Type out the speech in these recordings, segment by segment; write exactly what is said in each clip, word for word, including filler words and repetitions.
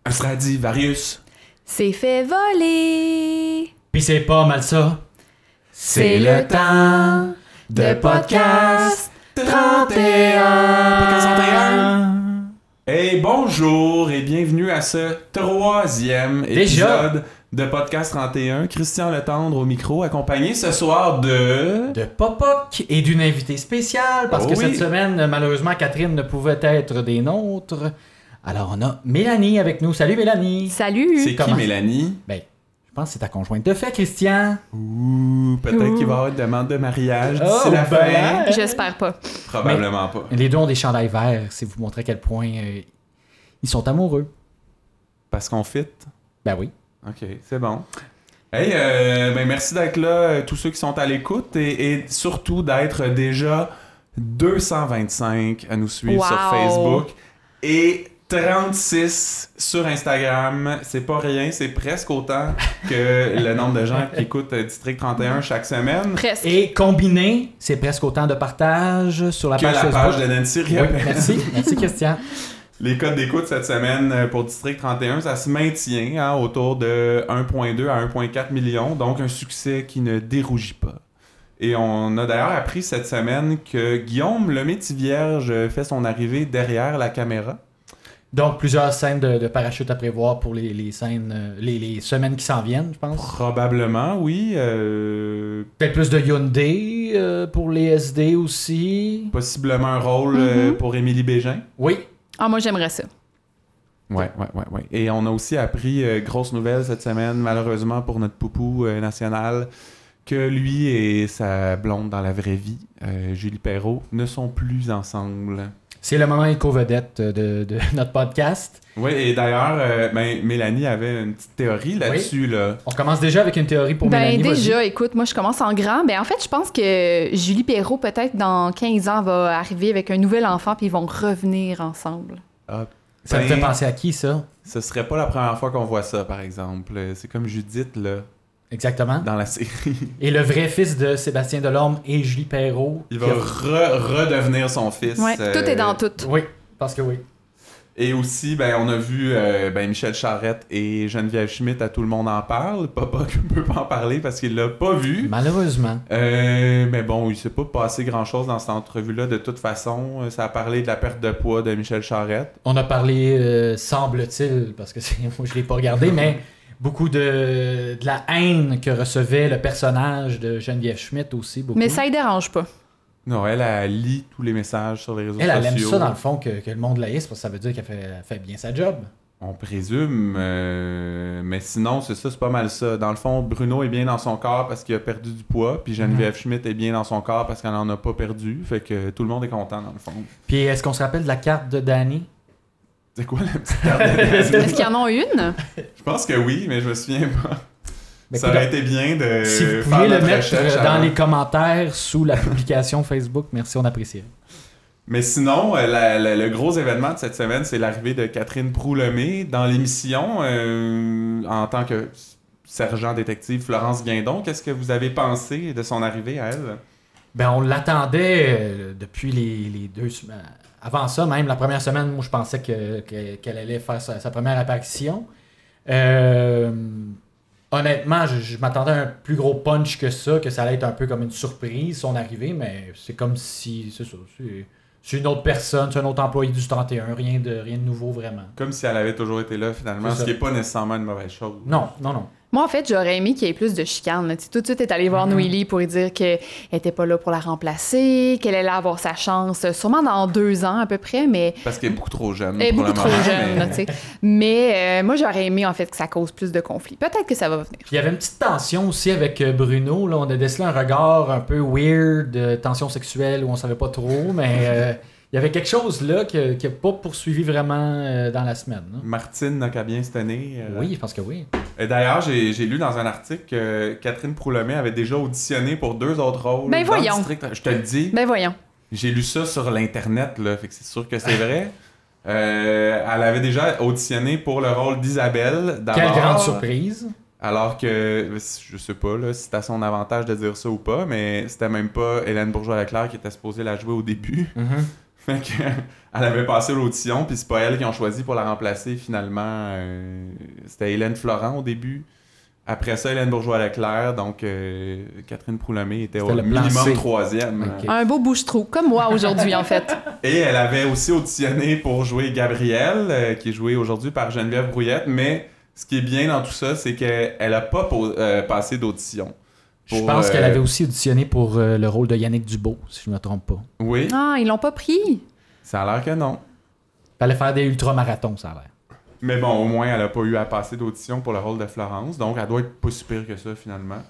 Un Stradivarius. C'est fait voler. Pis c'est pas mal ça. C'est le temps de podcast trente et un. Podcast trente et un. Hey, bonjour et bienvenue à ce troisième Déjà? épisode de Podcast trente et un. Christian Letendre au micro, accompagné ce soir de... De Popoc et d'une invitée spéciale, parce Oh que oui. cette semaine, malheureusement, Catherine ne pouvait être des nôtres. Alors, on a Mélanie avec nous. Salut, Mélanie! Salut. C'est qui, Comment? Mélanie? Ben, je pense que c'est ta conjointe de fait, Christian. Ouh, peut-être Ouh. qu'il va y avoir une demande de mariage d'ici Oh, la ben. fin. J'espère pas. Probablement pas. Les deux ont des chandails verts, c'est vous montrer à quel point euh, ils sont amoureux. Parce qu'on fit. Ben oui. Ok, c'est bon. Hey, euh, ben merci d'être là, euh, tous ceux qui sont à l'écoute, et, et surtout d'être déjà deux cent vingt-cinq à nous suivre Wow. sur Facebook et trente-six sur Instagram. C'est pas rien, c'est presque autant que le nombre de gens qui écoutent euh, District trente et un chaque semaine. Presque. Et combiné, c'est presque autant de partage sur la Que page la Facebook. page de Nancy Oui, Riopelle. merci. Merci, Christian. Les codes d'écoute cette semaine euh, pour District trente et un, ça se maintient hein, autour de un virgule deux à un virgule quatre million, donc un succès qui ne dérougit pas. Et on a d'ailleurs appris cette semaine que Guillaume Lemaitre-Vierge fait son arrivée derrière la caméra. Donc, plusieurs scènes de, de parachute à prévoir pour les, les scènes, euh, les, les semaines qui s'en viennent, je pense. Probablement, oui. euh, Peut-être plus de Hyundai euh, pour les S D aussi. possiblement un rôle euh, Mhm. pour Émilie Bégin. Oui. Ah, moi, j'aimerais ça. Ouais, ouais, ouais, ouais. Et on a aussi appris, euh, grosse nouvelle cette semaine, malheureusement pour notre poupou euh, national, que lui et sa blonde dans la vraie vie, euh, Julie Perrault, ne sont plus ensemble. C'est le moment éco-vedette de, de notre podcast. Oui, et d'ailleurs, euh, ben, Mélanie avait une petite théorie là-dessus. Là. On commence déjà avec une théorie pour Ben Mélanie. déjà, vas-y. écoute, moi je commence en grand. Ben en fait, je pense que Julie Perrault, peut-être dans quinze ans, va arriver avec un nouvel enfant puis ils vont revenir ensemble. Ah, Ça te ben, fait penser à qui, ça? ce serait pas la première fois qu'on voit ça, par exemple. C'est comme Judith, là, Exactement. dans la série. Et le vrai fils de Sébastien Delorme et Julie Perrault. Il qui va a- re- redevenir son fils. Ouais, euh, tout est dans tout. Oui, parce que oui. Et aussi, ben, on a vu euh, ben, Michel Charette et Geneviève Schmidt à Tout le monde en parle. Papa ne peut pas en parler parce qu'il l'a pas vu. Malheureusement. Euh, mais bon, il s'est pas passé grand-chose dans cette entrevue-là. De toute façon, Euh, ça a parlé de la perte de poids de Michel Charette. On a parlé, euh, semble-t-il, parce que c'est- moi je l'ai pas regardé, mais beaucoup de, de la haine que recevait le personnage de Geneviève Schmidt aussi. Beaucoup. Mais ça ne dérange pas. Non, elle, elle lit tous les messages sur les réseaux Elle, elle sociaux. aime ça dans le fond que, que le monde la hisse, parce que ça veut dire qu'elle fait, elle fait bien sa job. On présume, euh, mais sinon, c'est ça, c'est pas mal ça. Dans le fond, Bruno est bien dans son corps parce qu'il a perdu du poids, puis Geneviève Mhm. Schmidt est bien dans son corps parce qu'elle en a pas perdu. Fait que tout le monde est content, dans le fond. Puis est-ce qu'on se rappelle de la carte de Danny? C'est quoi la petite carte de Est-ce Danny? qu'ils en ont une? Je pense que oui, mais je me souviens pas. Ben, ça écoute, aurait été bien de si vous faire pouviez le notre mettre recherche euh, dans avant. les commentaires sous la publication Facebook, merci, on apprécie. Mais sinon, euh, la- la- le gros événement de cette semaine, c'est l'arrivée de Catherine Proulomé dans l'émission euh, en tant que sergent détective Florence Guindon. Qu'est-ce que vous avez pensé de son arrivée à elle? Ben, on l'attendait euh, depuis les, les deux semaines. Avant ça, même la première semaine, moi, je pensais que, que- qu'elle allait faire sa, sa première apparition. Euh, honnêtement, je, je m'attendais à un plus gros punch que ça, que ça allait être un peu comme une surprise, son arrivée, mais c'est comme si, c'est ça, c'est, c'est une autre personne, c'est un autre employé du trente et un, rien de, rien de nouveau vraiment. Comme si elle avait toujours été là, finalement, C'est ce ça. qui n'est pas nécessairement une mauvaise chose. Non, non, non. Moi, en fait, j'aurais aimé qu'il y ait plus de chicane. là. Tu sais, tout de suite, elle est allée voir Mhm. Noélie pour lui dire qu'elle était pas là pour la remplacer, qu'elle allait avoir sa chance, euh, sûrement dans deux ans à peu près, mais Parce qu'elle est beaucoup trop jeune. elle est pour beaucoup le trop moment, jeune. mais- là, tu sais. Mais euh, moi, j'aurais aimé, en fait, que ça cause plus de conflits. Peut-être que ça va venir. Puis il y avait une petite tension aussi avec euh, Bruno. Là, on a décelé un regard un peu weird, de tension sexuelle où on savait pas trop, mais euh, il y avait quelque chose là qui n'a pas poursuivi vraiment euh, dans la semaine. là. Martine n'a qu'à bien se tenir. euh. Oui, je pense que oui. Et d'ailleurs, j'ai, j'ai lu dans un article que Catherine Proulomé avait déjà auditionné pour deux autres rôles. Ben dans voyons. District. Je te le dis. Ben voyons. J'ai lu ça sur l'internet, là, fait que c'est sûr que c'est vrai. Euh, elle avait déjà auditionné pour le rôle d'Isabelle. D'abord, Quelle grande surprise. Alors que, je sais pas là, si c'est à son avantage de dire ça ou pas, mais c'était même pas Hélène Bourgeois-Leclerc qui était supposée la jouer au début. Mhm. Fait que, elle avait passé l'audition, puis c'est pas elle qui ont choisi pour la remplacer finalement. Euh, c'était Hélène Florent au début. Après ça, Hélène Bourgeois-Leclerc, donc euh, Catherine Proulomé était, C'était au le plan minimum C. troisième. Ok. Un beau bouche-trou, comme moi aujourd'hui, en fait. Et elle avait aussi auditionné pour jouer Gabrielle, euh, qui est jouée aujourd'hui par Geneviève Brouillette, mais ce qui est bien dans tout ça, c'est qu'elle a pas po- euh, passé d'audition. Je Pour, pense euh, qu'elle avait aussi auditionné pour euh, le rôle de Yannick Dubo, si je ne me trompe pas. Oui, Ah, ils l'ont pas pris. ça a l'air que non. Elle allait faire des ultramarathons, ça a l'air. Mais bon, au moins, elle a pas eu à passer d'audition pour le rôle de Florence, donc elle doit être pas si pire que ça, finalement.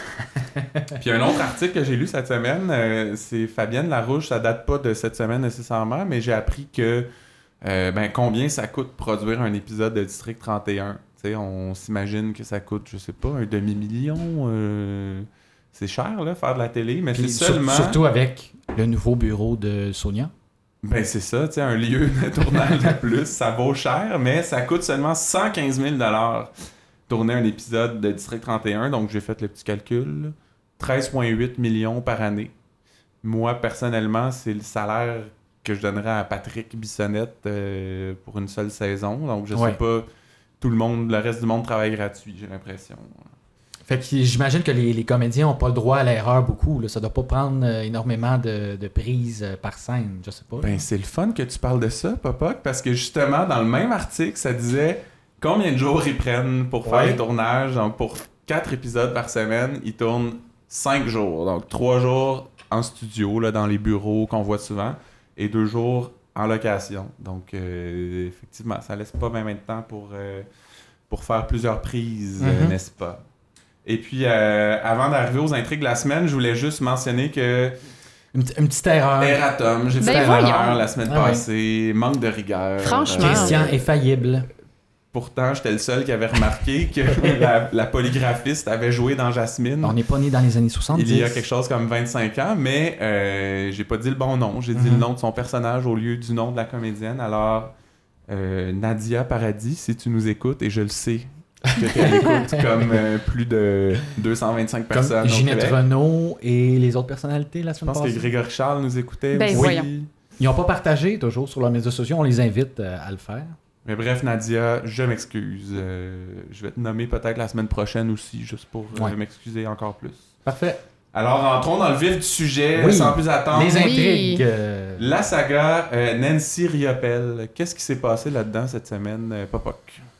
Puis un autre article que j'ai lu cette semaine, euh, c'est Fabienne Larouche, ça date pas de cette semaine nécessairement, mais j'ai appris que euh, ben, combien ça coûte produire un épisode de District trente et un. T'sais, on s'imagine que ça coûte, je sais pas, un demi-million. Euh... C'est cher, là, faire de la télé, mais Puis c'est sur- seulement... Surtout avec le nouveau bureau de Sonia. Ben c'est ça, tu sais, un lieu de tournage de plus, ça vaut cher, mais ça coûte seulement cent quinze mille dollars tourner un épisode de District trente et un, donc j'ai fait le petit calcul, là. treize virgule huit millions par année. Moi, personnellement, c'est le salaire que je donnerais à Patrick Bissonnette euh, pour une seule saison, donc je Ouais. sais pas, tout le monde, le reste du monde travaille gratuit, j'ai l'impression. Fait que j'imagine que les, les comédiens n'ont pas le droit à l'erreur beaucoup. Là. Ça doit pas prendre euh, énormément de, de prises euh, par scène, je sais pas. Ben, c'est le fun que tu parles de ça, Popoc, parce que justement, dans le même article, ça disait combien de jours ils prennent pour faire Ouais. les tournages. Donc, pour quatre épisodes par semaine, ils tournent cinq jours. Donc, trois jours en studio, là, dans les bureaux qu'on voit souvent, et deux jours en location. Donc, euh, effectivement, ça laisse pas même de temps pour, euh, pour faire plusieurs prises, euh, Mhm. n'est-ce pas? Et puis, euh, avant d'arriver aux intrigues de la semaine, je voulais juste mentionner que Une, p- une petite erreur. Erratum, j'ai fait Ben une voyons. erreur la semaine Ah ouais. passée, manque de rigueur. Franchement. Christian est faillible. Pourtant, j'étais le seul qui avait remarqué que la, la polygraphiste avait joué dans Jasmine On n'est pas né dans les années soixante-dix. il y a quelque chose comme vingt-cinq ans, mais euh, j'ai pas dit le bon nom. J'ai dit Mhm. le nom de son personnage au lieu du nom de la comédienne. Alors, euh, Nadia Paradis, si tu nous écoutes, et je le sais que tu es à l'écoute comme euh, plus de deux cent vingt-cinq Comme personnes au Ginette Québec. Renault et les autres personnalités la Je semaine pense que passée. Grégory Charles nous écoutait Ben, aussi. voyons. Ils n'ont pas partagé toujours sur leurs médias sociaux. On les invite euh, à le faire. Mais bref, Nadia, je m'excuse. Euh, je vais te nommer peut-être la semaine prochaine aussi, juste pour euh, Ouais. m'excuser encore plus. Parfait. Alors, entrons dans le vif du sujet, Oui. sans plus attendre. Les Oui. intrigues. euh, La saga euh, Nancy Riopelle. Qu'est-ce qui s'est passé là-dedans cette semaine, euh, Popoc?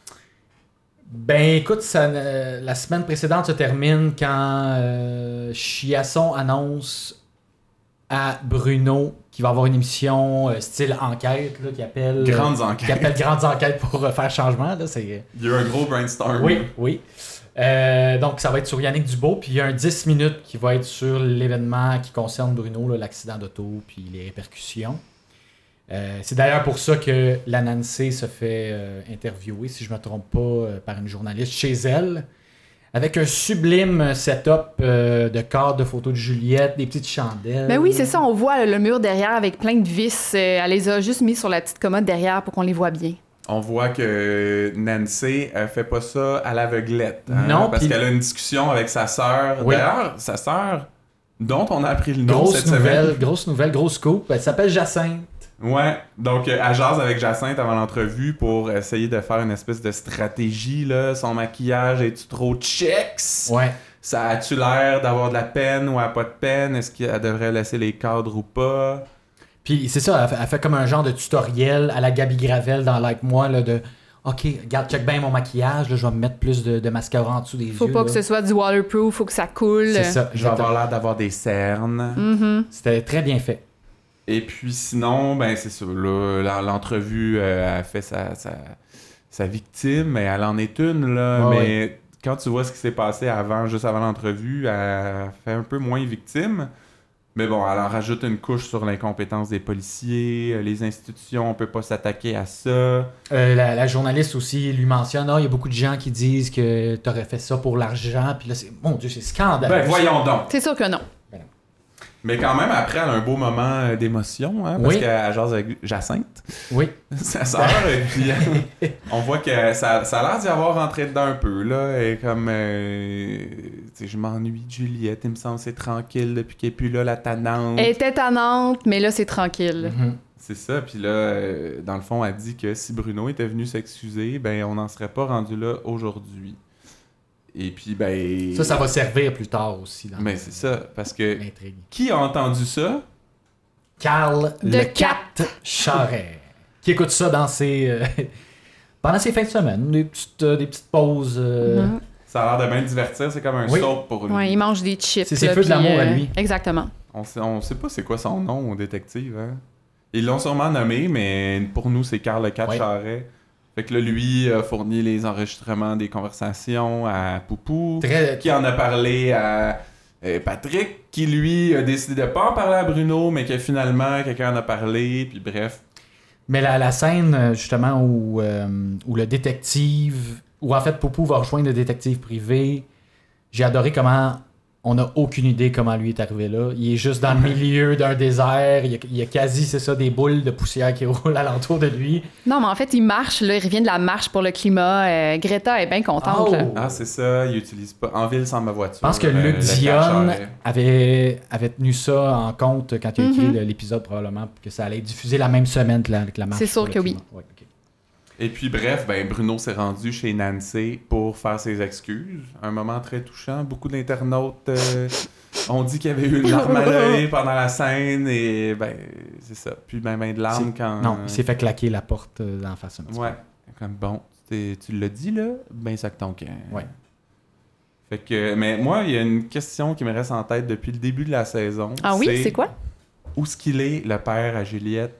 Ben écoute, ça, ne- la semaine précédente se termine quand euh, Chiasson annonce à Bruno qu'il va avoir une émission euh, style enquête là, qui appelle Grandes euh, enquêtes. qui appelle Grandes enquêtes pour euh, faire changement. Là, c'est... Il y a eu un gros brainstorm. Oui, oui. Euh, donc ça va être sur Yannick Dubo, puis il y a un dix minutes qui va être sur l'événement qui concerne Bruno, là, l'accident d'auto, puis les répercussions. Euh, c'est d'ailleurs pour ça que la Nancy se fait euh, interviewer, si je ne me trompe pas, euh, par une journaliste chez elle, avec un sublime setup euh, de cadre de photos de Juliette, des petites chandelles. Ben oui, c'est ça, on voit le mur derrière avec plein de vis. Euh, Elle les a juste mis sur la petite commode derrière pour qu'on les voit bien. On voit que Nancy elle fait pas ça à l'aveuglette. hein, Non, parce puis- qu'elle a une discussion avec sa sœur. Oui. D'ailleurs, sa sœur, dont on a appris le nom Grosse cette nouvelle, semaine. grosse nouvelle, grosse scoop. Elle s'appelle Jacinthe. Ouais, donc euh, elle jase avec Jacinthe avant l'entrevue pour essayer de faire une espèce de stratégie. Là. Son maquillage, est-tu trop checks? Ouais. Ça a-tu l'air d'avoir de la peine ou elle a pas de peine? Est-ce qu'elle devrait laisser les cadres ou pas? Puis c'est ça, elle fait, elle fait comme un genre de tutoriel à la Gabi Gravel dans Like Moi, là, de OK, regarde, check bien mon maquillage, là, je vais me mettre plus de, de mascara en dessous des Faut yeux. pas là. que ce soit du waterproof, faut que ça coule. C'est ça, Je vais exactement. avoir l'air d'avoir des cernes. Mhm. C'était très bien fait. Et puis sinon, ben c'est ça. Là, la- l'entrevue euh, a fait sa, sa, sa victime, mais elle en est une, là. Ouais, mais quand tu vois ce qui s'est passé avant, juste avant l'entrevue, elle fait un peu moins victime. Mais bon, elle en rajoute une couche sur l'incompétence des policiers, euh, les institutions, on peut pas s'attaquer à ça. Euh, la, la journaliste aussi lui mentionne, ah, il y a beaucoup de gens qui disent que t'aurais fait ça pour l'argent, puis là, c'est, mon Dieu, c'est scandaleux. Ben voyons donc! C'est sûr que non. Mais quand même, après, elle a un beau moment euh, d'émotion, hein, parce Oui. qu'elle jase avec Jacinthe, Oui. sa sœur, et puis euh, on voit que ça, ça a l'air d'y avoir rentré dedans un peu, là, et comme, euh, tu sais, je m'ennuie de Juliette, il me semble que c'est tranquille depuis qu'elle est plus là, la tannante. Elle était tannante, mais là, c'est tranquille. Mhm. C'est ça, puis là, euh, dans le fond, elle dit que si Bruno était venu s'excuser, ben on n'en serait pas rendu là aujourd'hui. Et puis, ben... Ça, ça va servir plus tard aussi. Dans Ben c'est ça, parce que... l'intrigue. Qui a entendu ça? Carl De le Cat. Cat Charret, qui écoute ça dans ses... euh, pendant ses fins de semaine, des petites, euh, des petites pauses... euh, Mhm. Ça a l'air de bien le divertir, c'est comme un Oui. soap pour lui. Ouais, il mange des chips. C'est ses là, feux de puis, l'amour à euh, lui. Exactement. On sait, on sait pas c'est quoi son nom au détective, hein? Ils l'ont sûrement nommé, mais pour nous, c'est Carl le Cat Ouais. Charret. Fait que là, lui a fourni les enregistrements des conversations à Poupou, Très... qui en a parlé à euh, Patrick, qui lui a décidé de pas en parler à Bruno, mais que finalement, quelqu'un en a parlé, puis bref. Mais la, la scène, euh, justement, où, euh, où le détective... Où, en fait, Poupou va rejoindre le détective privé. J'ai adoré comment... On n'a aucune idée comment lui est arrivé là. Il est juste dans le milieu d'un désert. Il y a, il y a quasi, c'est ça, des boules de poussière qui roulent alentour de lui. Non, mais en fait, il marche, là, il revient de la marche pour le climat. Euh, Greta est bien contente. Oh! Là. Ah, c'est ça, il utilise pas. En ville sans ma voiture. Je pense que euh, Luc le Cat Dionne Charret. avait, avait tenu ça en compte quand il a écrit Mhm. le- l'épisode, probablement, que ça allait être diffusé la même semaine que la, que la marche. C'est sûr pour le que oui. climat. Ouais, ok. Et puis bref, ben Bruno s'est rendu chez Nancy pour faire ses excuses. Un moment très touchant. Beaucoup d'internautes euh, ont dit qu'il y avait eu une larme à l'œil pendant la scène et ben c'est ça. Puis ben, ben de larmes C'est- quand... Non, il s'est fait claquer la porte euh, d'en face. un petit Ouais, comme bon, t'es- tu l'as dit là, ben ça que ton camp. Ouais. Fait que, mais moi, il y a une question qui me reste en tête depuis le début de la saison. Ah oui, c'est quoi? Où est-ce qu'il est, le père à Juliette?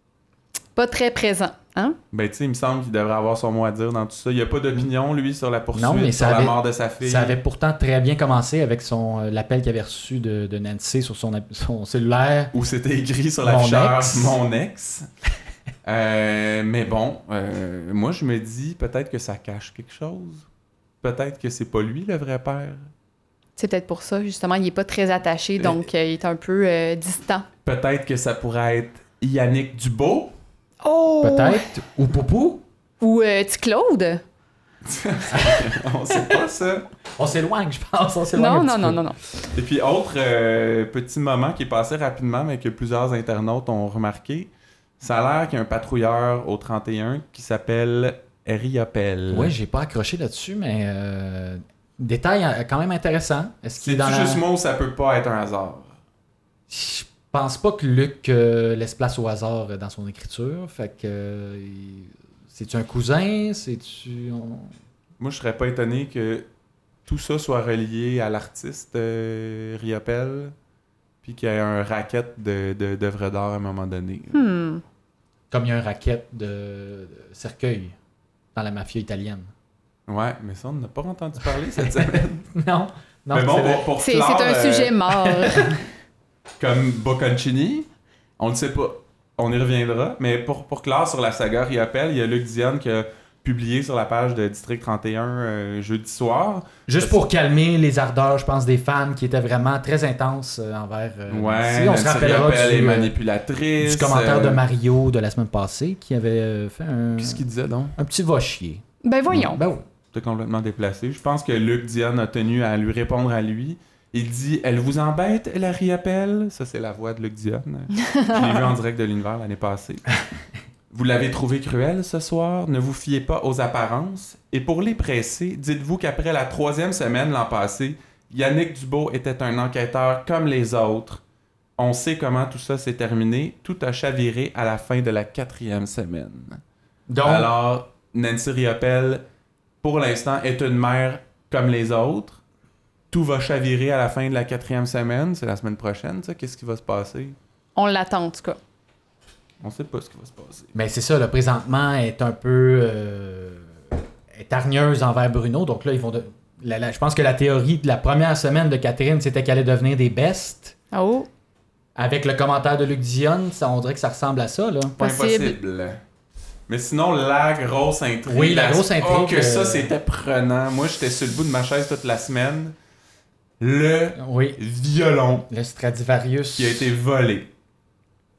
Pas très présent. Hein? Ben, tu sais, il me semble qu'il devrait avoir son mot à dire dans tout ça. Il n'y a pas d'opinion, lui, sur la poursuite, Non, mais sur ça la avait- mort de sa peu. fille. Ça avait pourtant très bien commencé avec son euh, l'appel qu'il avait reçu de, de Nancy sur son, app- son cellulaire. Où c'était écrit sur Mon l'afficheur ex. « Mon ex ». Euh, mais bon, euh, moi, je me dis peut-être que ça cache quelque chose. Peut-être que c'est pas lui, le vrai père. C'est peut-être pour ça, justement, il est pas très attaché, donc euh, il est un peu euh, distant. Peut-être que ça pourrait être Yannick Dubeau. Oh! Peut-être. Ou Poupou. Ou euh, petit Claude? On sait pas ça. On s'éloigne, je pense. On s'éloigne Non, un non, petit non, peu. non, non. Et puis, autre euh, petit moment qui est passé rapidement, mais que plusieurs internautes ont remarqué, ça a l'air qu'il y a un patrouilleur au trente et un qui s'appelle Riopel. Oui, j'ai pas accroché là-dessus, mais euh, détail euh, quand même intéressant. Est-ce qu'il est C'est dans la... juste moi ou ça peut pas être un hasard? Je pense pas que Luc euh, laisse place au hasard euh, dans son écriture. Fait que euh, il- c'est-tu un cousin? C'est-tu. on- Moi, je serais pas étonné que tout ça soit relié à l'artiste euh, Riopel, puis qu'il y ait un racket de, de, d'œuvres d'art à un moment donné. Hmm. Comme il y a un racket de, de cercueil dans la mafia italienne. Ouais, mais ça, on n'a pas entendu parler cette semaine. non, non. mais bon, c'est vrai. pour, pour C'est clore, c'est un euh, sujet mort. comme Bocconcini, on ne sait pas. On y reviendra. Mais pour, pour clore sur la saga Riopel, il y a Luc Dionne qui a publié sur la page de District trente et un euh, jeudi soir. Juste pour calmer les ardeurs, je pense, des fans qui étaient vraiment très intenses euh, envers. euh, Ouais, Nancy. On se Nancy rappellera Riopel est du, euh, manipulatrice. du commentaire euh, de Mario de la semaine passée qui avait euh, fait un, Qu'est-ce qu'il disait donc? un petit va-chier. Ben voyons. Ben oui. C'était complètement déplacé. Je pense que Luc Dionne a tenu à lui répondre à lui. Il dit « Elle vous embête, la Riopel? » Ça, c'est la voix de Luc Dionne. Je l'ai vu en direct de l'univers l'année passée. Vous l'avez trouvé cruel ce soir? Ne vous fiez pas aux apparences. Et pour les presser, dites-vous qu'après la troisième semaine l'an passé, Yannick Dubeau était un enquêteur comme les autres. On sait comment tout ça s'est terminé. Tout a chaviré à la fin de la quatrième semaine. Donc, Alors, Nancy Riopel, pour l'instant, est une mère comme les autres. Tout va chavirer à la fin de la quatrième semaine. C'est la semaine prochaine, ça. Qu'est-ce qui va se passer? On l'attend, en tout cas. On sait pas ce qui va se passer. mais c'est ça, le présentement est un peu euh, est hargneuse envers Bruno. Donc là, ils vont. De... la- la- je pense que la théorie de la première semaine de Catherine, c'était qu'elle allait devenir des bestes. Oh, Avec le commentaire de Luc Dionne, ça, on dirait que ça ressemble à ça, là. Pas Possible. impossible. Mais sinon, la grosse intrigue... Oui, la grosse intrigue, Oh, que euh, ça, c'était prenant. Moi, j'étais sur le bout de ma chaise toute la semaine. Le Oui. violon Le Stradivarius. qui a été volé.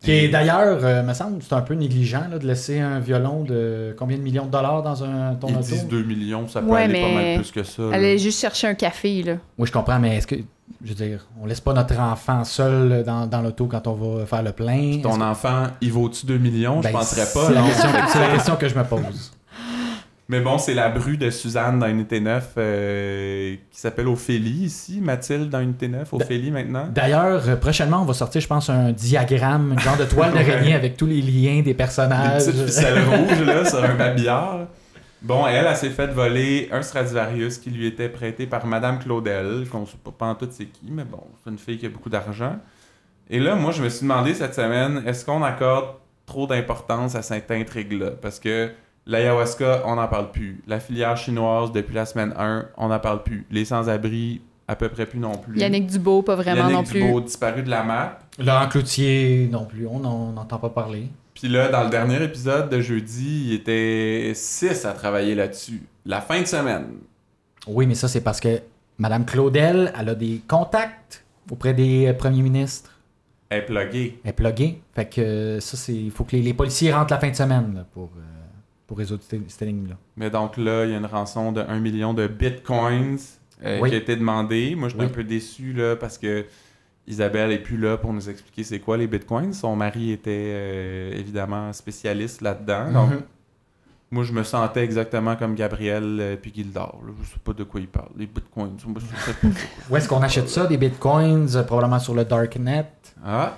Qui est d'ailleurs, euh, me semble, c'est un peu négligent là, de laisser un violon de combien de millions de dollars dans un ton Ils auto? disent deux millions, ça peut Ouais, aller pas mais mal plus que ça. là. Allez juste chercher un café, là. Oui, je comprends, mais est-ce que, je veux dire, on laisse pas notre enfant seul dans, dans l'auto quand on va faire le plein? Ton Est-ce que- enfant, il vaut-tu deux millions? Ben, je penserais pas. C'est la, non. question, c'est la question que je me pose. Mais bon, c'est la bru de Suzanne dans Unité neuf euh, qui s'appelle Ophélie ici. Mathilde dans Unité neuf, Ophélie maintenant. D'ailleurs, euh, prochainement, on va sortir, je pense, un diagramme, une genre de toile d'araignée avec tous les liens des Une personnages. petite ficelle rouge là, sur un babillard. Bon, elle, elle s'est fait voler un Stradivarius qui lui était prêté par Madame Claudel, qu'on sait pas, pas en tout c'est qui, mais bon, c'est une fille qui a beaucoup d'argent. Et là, moi, je me suis demandé cette semaine, est-ce qu'on accorde trop d'importance à cette intrigue-là? Parce que l'ayahuasca, on n'en parle plus. La filière chinoise, depuis la semaine un, on n'en parle plus. Les sans-abri, à peu près plus non plus. Yannick Dubo, pas vraiment Yannick non plus. Dubo, disparu de la map. Laurent Cloutier, non plus, on n'entend pas parler. Puis là, dans le dernier épisode de jeudi, il était six à travailler là-dessus. La fin de semaine. Oui, mais ça, c'est parce que Madame Claudel, elle a des contacts auprès des euh, premiers ministres. Elle est pluguée. Elle est pluguée. Fait que euh, ça, c'est. Il faut que les, les policiers rentrent la fin de semaine là, pour, euh, pour résoudre cette, cette énigme-là. Mais donc là, il y a une rançon de un million de bitcoins euh, Oui. qui a été demandée. Moi, je suis Oui. un peu déçu là, parce que Isabelle est plus là pour nous expliquer c'est quoi les bitcoins. Son mari était euh, évidemment spécialiste là-dedans. Donc, Mhm. moi, je me sentais exactement comme Gabriel euh, puis Gildor. Là. Je sais pas de quoi il parle. Les bitcoins. Moi, je sais pas. Où est-ce qu'on achète ça? Des bitcoins, euh, probablement sur le Darknet. Ah!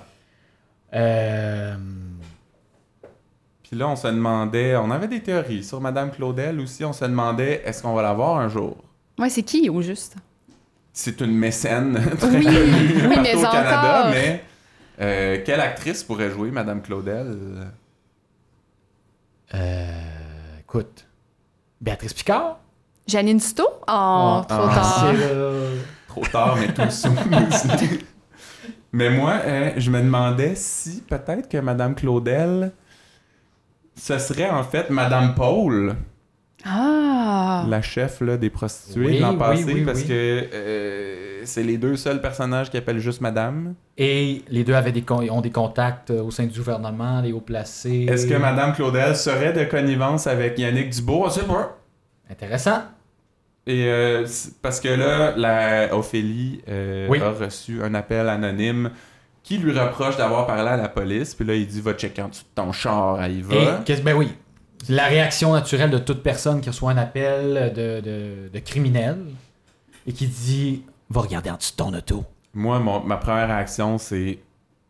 Euh... Puis là, on se demandait, on avait des théories sur Madame Claudel aussi. On se demandait, est-ce qu'on va la voir un jour? Ouais, c'est qui, au juste? C'est une mécène très Oui, connue oui, partout mais au Canada, encore. mais euh, quelle actrice pourrait jouer Madame Claudel? euh, Écoute. Béatrice Picard? Janine Souto? Oh, Ah, trop ah, tard. C'est le- Trop tard, mais tout sous. Mais moi, euh, je me demandais si peut-être que Madame Claudel, ce serait en fait Madame Paul, Ah! la chef là, des prostituées Oui, de l'an oui, passé, oui, parce oui. que euh, c'est les deux seuls personnages qui appellent juste Madame. Et les deux avaient des con- ont des contacts euh, au sein du gouvernement, les hauts placés. Est-ce que Madame Claudel serait de connivence avec Yannick Dubo? On sait pas. Intéressant. Et euh, c'est- parce que là, la Ophélie euh, Oui. a reçu un appel anonyme qui lui reproche d'avoir parlé à la police. Puis là, il dit va checker en dessous de ton char, elle y va. Et qu'est-ce- ben oui, la réaction naturelle de toute personne qui reçoit un appel de, de, de criminel et qui dit va regarder en dessous de ton auto. Moi, mon- ma première réaction, c'est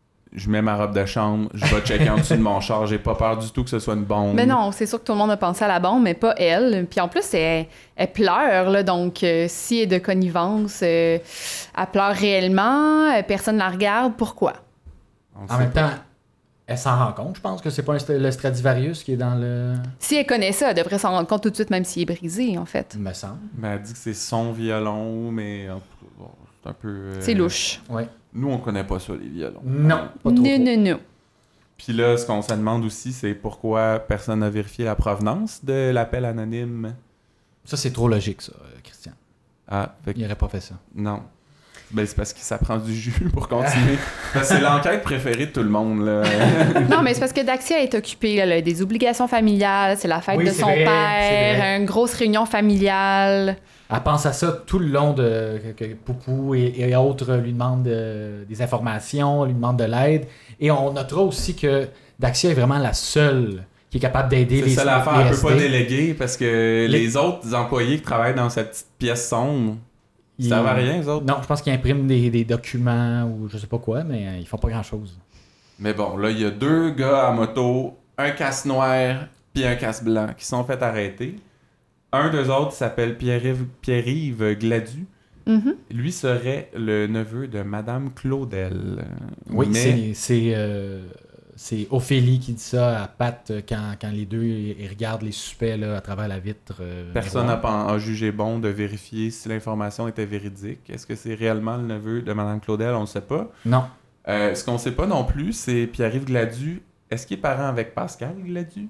je mets ma robe de chambre, je vais checker en dessous de mon char. J'ai pas peur du tout que ce soit une bombe. Mais non, c'est sûr que tout le monde a pensé à la bombe, mais pas elle. Puis en plus, elle, elle pleure, là, donc euh, si elle est de connivence, euh, elle pleure réellement, euh, personne la regarde, pourquoi? On En sait même pas. temps, elle s'en rend compte. Je pense que c'est pas un St- le Stradivarius qui est dans le. Si elle connaît ça, elle devrait s'en rendre compte tout de suite, même s'il est brisé, en fait. Me semble. Mais elle dit que c'est son violon, mais en tout cas, bon, c'est un peu. euh, C'est louche. Ouais. Nous, on connaît pas ça, les violons. Non, pas trop. Non, trop. non, non. Puis là, ce qu'on se demande aussi, c'est pourquoi personne n'a vérifié la provenance de l'appel anonyme. Ça, c'est trop logique, ça, euh, Christian. Ah, fait que Il aurait pas fait ça. non. Ben, c'est parce que ça prend du jus pour continuer. Parce que c'est l'enquête préférée de tout le monde, là. Non, mais c'est parce que Daxia est occupée, elle a des obligations familiales, c'est la fête Oui, de c'est son vrai, c'est père, vrai. une grosse réunion familiale. Elle pense à ça tout le long de que, que Poupou et, et autres lui demandent euh, des informations, lui demandent de l'aide. Et on notera aussi que Daxia est vraiment la seule qui est capable d'aider C'est les ça l'affaire, les elle peut S pas D. déléguer parce que Les- les autres employés qui travaillent dans cette petite pièce sombre, Ils- ça servent à rien, les autres. Non, je pense qu'ils impriment des, des documents ou je sais pas quoi, mais euh, ils font pas grand-chose. Mais bon, là, il y a deux gars à moto, un casse noir puis un casse blanc qui sont fait arrêter. Un d'eux autres s'appelle Pierre-Yves, Pierre-Yves Gladu. Mhm. Lui serait le neveu de Madame Claudel. Oui, mais c'est- c'est euh, c'est Ophélie qui dit ça à Pat euh, quand, quand les deux ils ils regardent les suspects là, à travers la vitre. euh, personne n'a miroir. pas a jugé bon de vérifier si l'information était véridique. Est-ce que c'est réellement le neveu de Madame Claudel? On ne sait pas. Non. Euh, ce qu'on ne sait pas non plus, c'est Pierre-Yves Gladu. Est-ce qu'il est parent avec Pascal Gladu?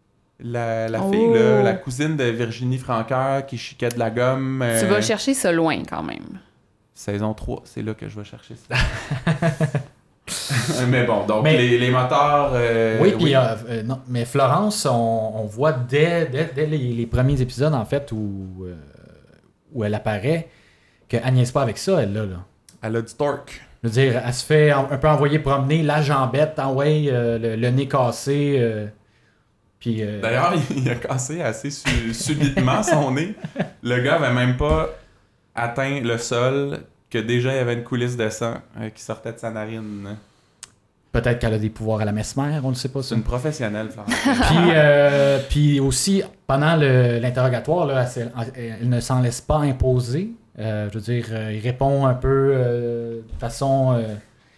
La, la Oh. fille, là, la cousine de Virginie Francoeur qui chiquait de la gomme. euh, Tu vas chercher ça loin quand même. Saison trois, c'est là que je vais chercher ça. Mais bon, donc Mais- les, les moteurs... euh, oui, puis euh, euh, non, mais Florence, on, on voit dès, dès, dès les, les premiers épisodes, en fait, où, euh, où elle apparaît, qu'elle niaise pas avec ça, elle, là. là. Elle a du torque. Je veux dire, elle se fait un, un peu envoyer promener, la jambette, en ouais, euh, le, le nez cassé. euh, puis, euh, D'ailleurs, il, il a cassé assez su- subitement son nez. Le gars avait même pas atteint le sol, que déjà il y avait une coulisse de sang euh, qui sortait de sa narine. peut-être qu'elle a des pouvoirs à la Mesmer, on ne sait pas ça. C'est une professionnelle, Florence. Puis, euh, puis aussi, pendant le- l'interrogatoire, là, elle, s'est- elle- elle ne s'en laisse pas imposer. Euh, je veux dire, euh, il répond un peu euh, de façon... euh,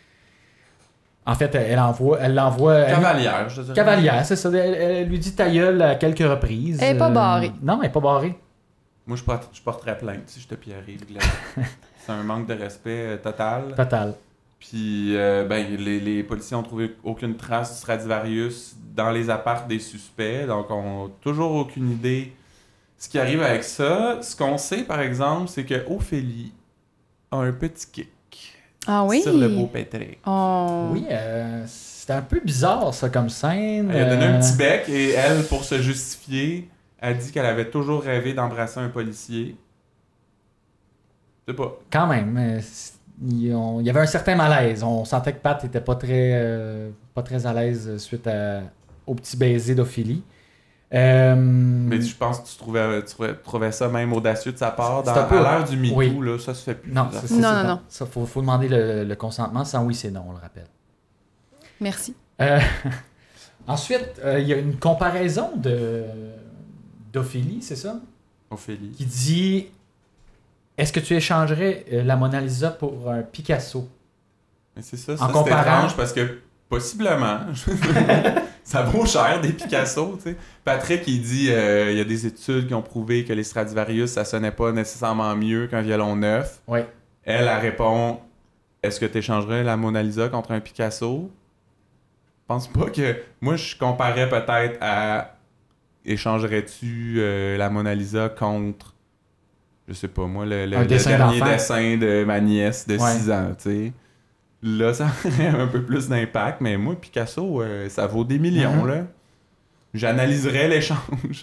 en fait, elle envoie... Elle l'envoie... elle- Cavalière, je te dirais. Cavalière, c'est ça. Elle, elle lui dit ta gueule à quelques reprises. Elle est pas Euh, barrée. non, elle n'est pas barrée. Moi, je, porte, je porterais plainte si j'étais Pierre-Yves Glenn. C'est un manque de respect euh, total. Total. Puis, euh, ben, les, les policiers ont trouvé aucune trace du Stradivarius dans les apparts des suspects. Donc, on n'a toujours aucune idée ce qui arrive avec ça. Ce qu'on sait, par exemple, c'est que Ophélie a un petit kick Ah oui? sur le beau Patrick. On... Oui, euh, c'était un peu bizarre, ça, comme scène. Elle a donné un Euh, petit bec et elle, pour se justifier, a dit qu'elle avait toujours rêvé d'embrasser un policier. Je sais pas. Quand même. euh, c- Il on- il y avait un certain malaise. On sentait que Pat était pas très, euh, pas très à l'aise suite à- au petit baiser d'Ophélie. Euh, Mais je pense que tu trouvais, tu trouvais, trouvais ça même audacieux de sa part. Dans, C'est un peu- à l'ère du MeToo, oui. là, ça se fait plus. non, là. ça, c'est- Non, c'est non, pas- non. Ça, faut, faut demander le, le consentement. Sans oui, c'est non, on le rappelle. Merci. Euh, ensuite, euh, il y a une comparaison de d'Ophélie, c'est ça? Ophélie. Qui dit est-ce que tu échangerais euh, la Mona Lisa pour un Picasso? Mais c'est ça, En ça c'est comparant- étrange parce que possiblement, ça vaut cher des Picasso, tu sais. Patrick, il dit, euh, il y a des études qui ont prouvé que les Stradivarius, ça sonnait pas nécessairement mieux qu'un violon neuf. Oui. Elle, elle répond, est-ce que tu échangerais la Mona Lisa contre un Picasso? Je pense pas que... Moi, je comparais peut-être à... Échangerais-tu euh, la Mona Lisa contre... Je sais pas, moi, le, le- Un le dessin dernier d'enfant. dessin de ma nièce de Ouais. six ans, tu sais. Là, ça aurait un peu plus d'impact, mais moi, Picasso, euh, ça vaut des millions, Mhm. là. J'analyserais l'échange.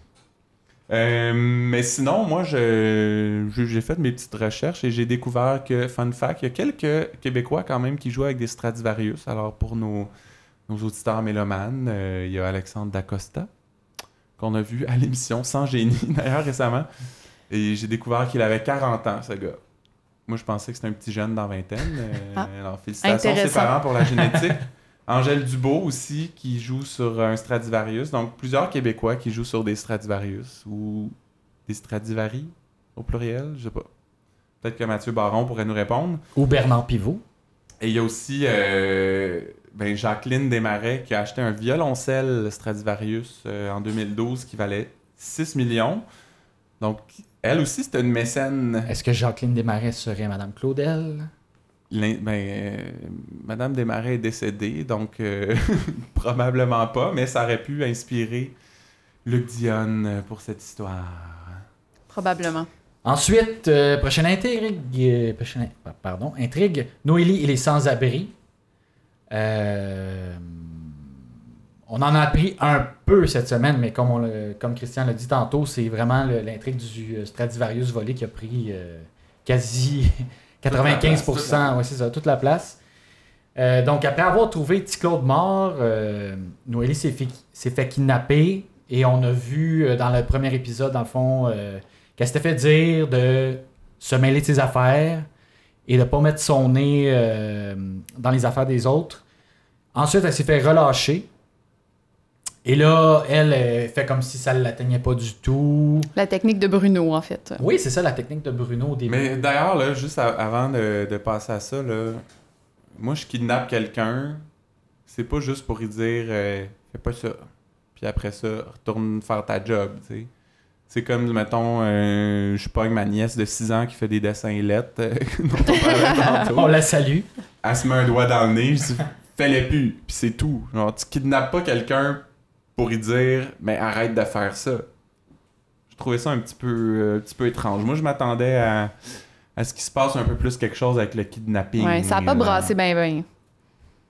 Euh, mais sinon, moi, je, je- j'ai fait mes petites recherches et j'ai découvert que, fun fact, il y a quelques Québécois quand même qui jouent avec des Stradivarius. Alors, pour nos, nos auditeurs mélomanes, euh, il y a Alexandre Dacosta, qu'on a vu à l'émission Sans Génie, d'ailleurs, récemment. Et j'ai découvert qu'il avait quarante ans, ce gars. Moi, je pensais que c'était un petit jeune dans la vingtaine. Euh, Ah, alors, félicitations à ses intéressant. parents pour la génétique. Angèle Dubeau aussi, qui joue sur un Stradivarius. Donc, plusieurs Québécois qui jouent sur des Stradivarius ou des Stradivari au pluriel, je sais pas. Peut-être que Mathieu Baron pourrait nous répondre. Ou Bernard Pivot. Et il y a aussi euh, ben, Jacqueline Desmarais qui a acheté un violoncelle Stradivarius euh, en deux mille douze qui valait six millions. Donc, elle aussi, c'était une mécène. Est-ce que Jacqueline Desmarais serait Madame Claudel? L'in- Ben, euh, Madame Desmarais est décédée, donc euh, probablement pas, mais ça aurait pu inspirer Luc Dionne pour cette histoire. Probablement. Ensuite, euh, prochaine intrigue. euh, prochaine, pardon, intrigue. Noélie et les sans-abri. Euh, on en a appris un peu cette semaine, mais comme, on le- comme Christian l'a dit tantôt, c'est vraiment le- l'intrigue du euh, Stradivarius volé qui a pris euh, quasi quatre-vingt-quinze pour cent. Toute la place, Ouais, c'est ça, toute la place. Euh, donc, après avoir trouvé petit Claude mort, euh, Noélie s'est fait, s'est fait kidnapper et on a vu euh, dans le premier épisode, dans le fond, euh, qu'elle s'était fait dire de se mêler de ses affaires et de ne pas mettre son nez euh, dans les affaires des autres. Ensuite, elle s'est fait relâcher. Et là, elle, elle fait comme si ça ne l'atteignait pas du tout. La technique de Bruno, en fait. Oui, c'est ça la technique de Bruno au début. Mais d'ailleurs, là, juste a- avant de, de passer à ça, là, moi, je kidnappe quelqu'un, c'est pas juste pour lui dire euh, fais pas ça. Puis après ça, retourne faire ta job, tu sais. C'est comme, mettons, euh, je pogne ma nièce de six ans qui fait des dessins lettres euh, dont on parlait tantôt. On la salue. Elle se met un doigt dans le nez, je dis fais-le plus, puis c'est tout. Genre, tu kidnappes pas quelqu'un pour lui dire mais arrête de faire ça. Je trouvais ça un petit peu, euh, un petit peu étrange. Moi, je m'attendais à, à ce qu'il se passe un peu plus quelque chose avec le kidnapping. Ouais, ça a pas là. brassé ben ben.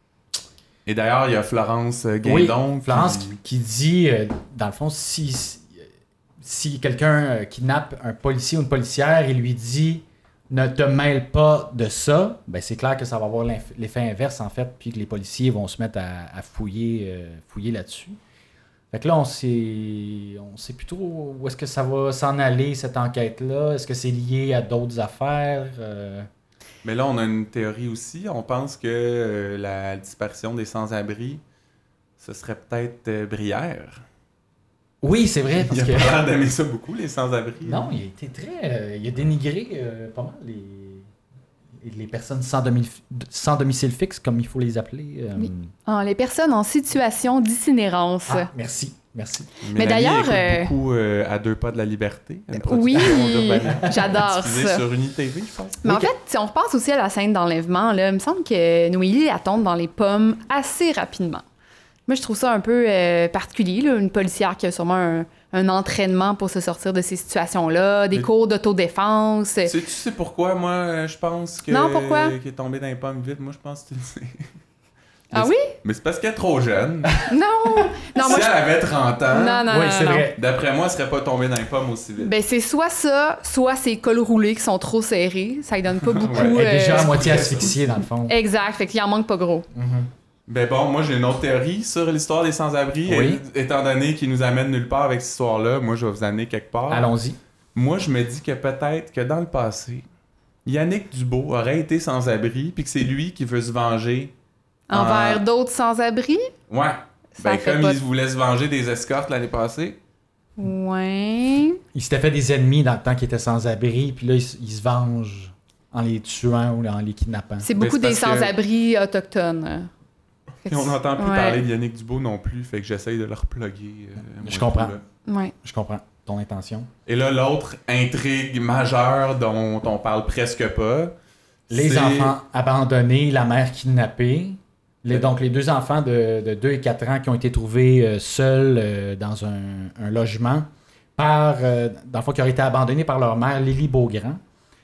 Et d'ailleurs, il y a Florence euh, Oui, Guindon. Florence qui... qui dit, euh, dans le fond, si, si, si quelqu'un euh, kidnappe un policier ou une policière et lui dit « ne te mêle pas de ça », ben c'est clair que ça va avoir l'effet inverse, en fait, puis que les policiers vont se mettre à, à fouiller, euh, fouiller là-dessus. Fait que là, on sait, on sait plus trop où est-ce que ça va s'en aller, cette enquête-là. Est-ce que c'est lié à d'autres affaires? Euh... Mais là, on a une théorie aussi. On pense que euh, la disparition des sans-abri, ce serait peut-être euh, Brière. Oui, c'est vrai, parce il que... a pas l'air d'aimer ça beaucoup, les sans-abri. Non, il a été très... Euh, il a dénigré euh, pas mal les, les personnes sans, domi... sans domicile fixe, comme il faut les appeler. Euh... Oui. Ah, les personnes en situation d'itinérance. Ah, merci, merci. Mais d'ailleurs... Euh... beaucoup euh, À deux pas de la liberté. Oui, j'adore ça. Sur Uni-T V, je pense. Mais okay. En fait, si on repasse aussi à la scène d'enlèvement, là, il me semble que Noélie, elle tombe dans les pommes assez rapidement. Moi, je trouve ça un peu euh, particulier, là, une policière qui a sûrement un, un entraînement pour se sortir de ces situations-là, des Mais... cours d'autodéfense. Sais-tu sais pourquoi, moi, je pense que... Non, pourquoi? Qu'elle est tombée dans les pommes vite. Moi, je pense que tu le sais. Ah oui? Mais c'est parce qu'elle est trop jeune. Non! non si moi, elle je... avait trente ans, non, non, oui, non, c'est non. vrai. D'après moi, elle serait pas tombée dans les pommes aussi vite. Ben, c'est soit ça, soit ses cols roulés qui sont trop serrés. Ça lui donne pas beaucoup... ouais, elle est déjà euh... à moitié asphyxiée, dans le fond. Exact, fait qu'il en manque pas gros. Mm-hmm. Ben bon, moi j'ai une autre théorie sur l'histoire des sans-abri, oui. et, étant donné qu'il nous amène nulle part avec cette histoire-là, moi je vais vous amener quelque part. Allons-y. Moi je me dis que peut-être que dans le passé, Yannick Dubo aurait été sans-abri, puis que c'est lui qui veut se venger. Envers en... d'autres sans-abri? Ouais. Ça ben comme pas... il voulait se venger des escortes l'année passée. Ouais. Il s'était fait des ennemis dans le temps qu'il était sans-abri, puis là il, il se venge en les tuant ou en les kidnappant. C'est beaucoup des sans-abri que... autochtones. Et on n'entend plus ouais. parler de Yannick Dubo non plus, fait que j'essaye de le reploguer. Euh, je comprends. Ouais. Je comprends ton intention. Et là, l'autre intrigue majeure dont on parle presque pas. Les enfants abandonnés, la mère kidnappée. Les, donc, les deux enfants de, de deux et quatre ans qui ont été trouvés euh, seuls euh, dans un, un logement, par, euh, dans le fond, qui ont été abandonnés par leur mère, Lily Beaugrand.